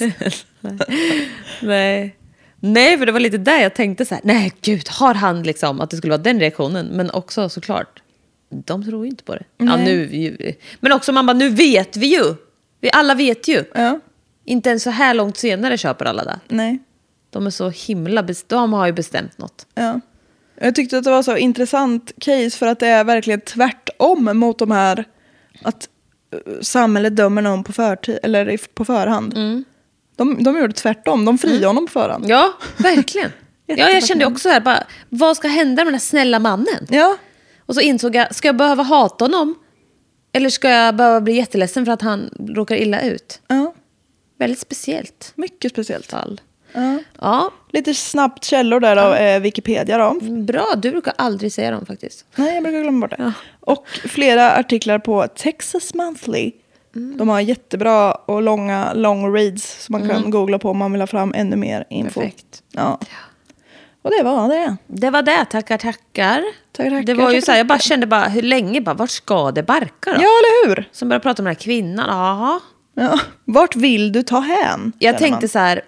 Nej, för det var lite där jag tänkte så här, nej gud, har han liksom att det skulle vara den reaktionen, men också såklart de tror ju inte på det. Ja, men också man bara, nu vet vi ju. Vi alla vet ju. Ja. Inte ens så här långt senare köper alla det. Nej. De är så himla de har ju bestämt något. Ja. Jag tyckte att det var så intressant case för att det är verkligen tvärtom mot de här att samhället dömer någon på förtid eller på förhand. De gjorde tvärtom. De friade honom på förhand. Ja, verkligen. Jag kände också här, bara, vad ska hända med den här snälla mannen? Ja. Och så insåg jag, ska jag behöva hata honom? Eller ska jag behöva bli jätteledsen för att han råkar illa ut? Ja. Väldigt speciellt. Mycket speciellt fall. Ja. Lite snabbt källor där av Wikipedia då. Bra, du brukar aldrig säga dem faktiskt. Nej, jag brukar glömma bort det. Ja. Och flera artiklar på Texas Monthly. De har jättebra och long reads som man kan googla på om man vill ha fram ännu mer info. Perfekt. Ja. Och det var det. Det var det, tackar. Det var ju så här, jag bara kände hur länge, vart ska det barka då? Ja, eller hur? Som började prata om den här kvinnan, aha. Ja, vart vill du ta hän? Jag tänkte så här,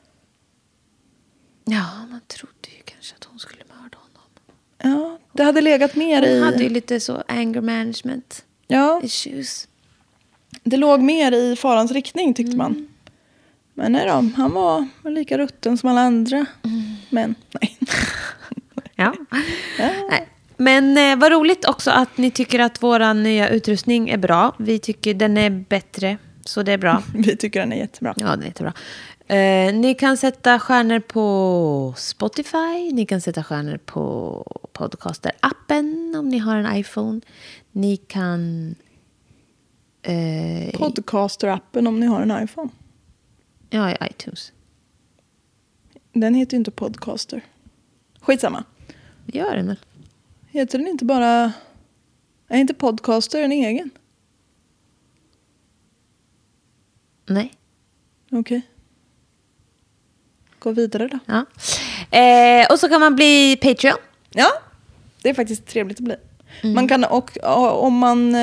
ja, man trodde ju kanske att hon skulle mörda honom. Ja, det hade legat mer i... Hon hade ju lite så anger management issues. Det låg mer i farans riktning tyckte man. Men nej då, han var lika rutten som alla andra. Men nej. Ja. Nej. Men vad roligt också att ni tycker att vår nya utrustning är bra. Vi tycker den är bättre, så det är bra. Vi tycker den är jättebra. Ja, den är jättebra. Ni kan sätta stjärnor på Spotify. Ni kan sätta stjärnor på Podcaster-appen om ni har en iPhone. Ni kan... Podcaster-appen om ni har en iPhone. Ja, i iTunes. Den heter ju inte Podcaster. Skitsamma. Gör den väl? Heter den inte bara... Är inte Podcaster en egen? Nej. Okej. Gå vidare då. Ja. Och så kan man bli Patreon. Ja, det är faktiskt trevligt att bli. Man kan, och om man...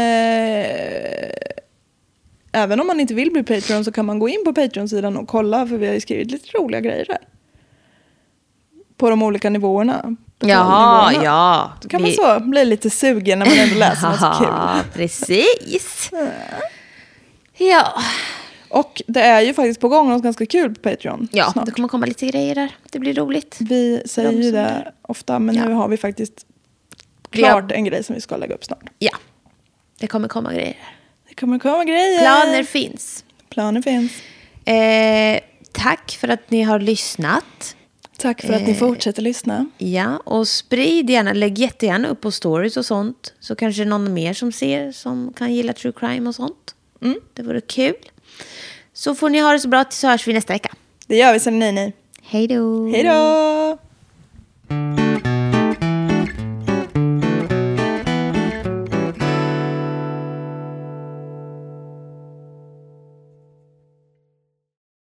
även om man inte vill bli Patreon så kan man gå in på Patreon-sidan och kolla, för vi har ju skrivit lite roliga grejer där. På de olika nivåerna. Jaha, ja. Då kan man så bli lite sugen när man ändå läser något så kul. Ja, precis. Ja. Och det är ju faktiskt på gång något ganska kul på Patreon. Ja, snart. det kommer komma lite grejer där. Det blir roligt. Vi säger ju det ofta, men nu har vi faktiskt klart en grej som vi ska lägga upp snart. Ja, det kommer komma grejer. Det kommer komma grejer. Planer finns. Planer finns. Tack för att ni har lyssnat. Tack för att ni fortsätter lyssna. Ja, och sprid gärna, lägg jättegärna upp på stories och sånt. Så kanske någon mer som ser som kan gilla true crime och sånt. Det vore kul. Så får ni ha det så bra tills hörs vi nästa vecka. Det gör vi sen, nej. Hej då. Hej då.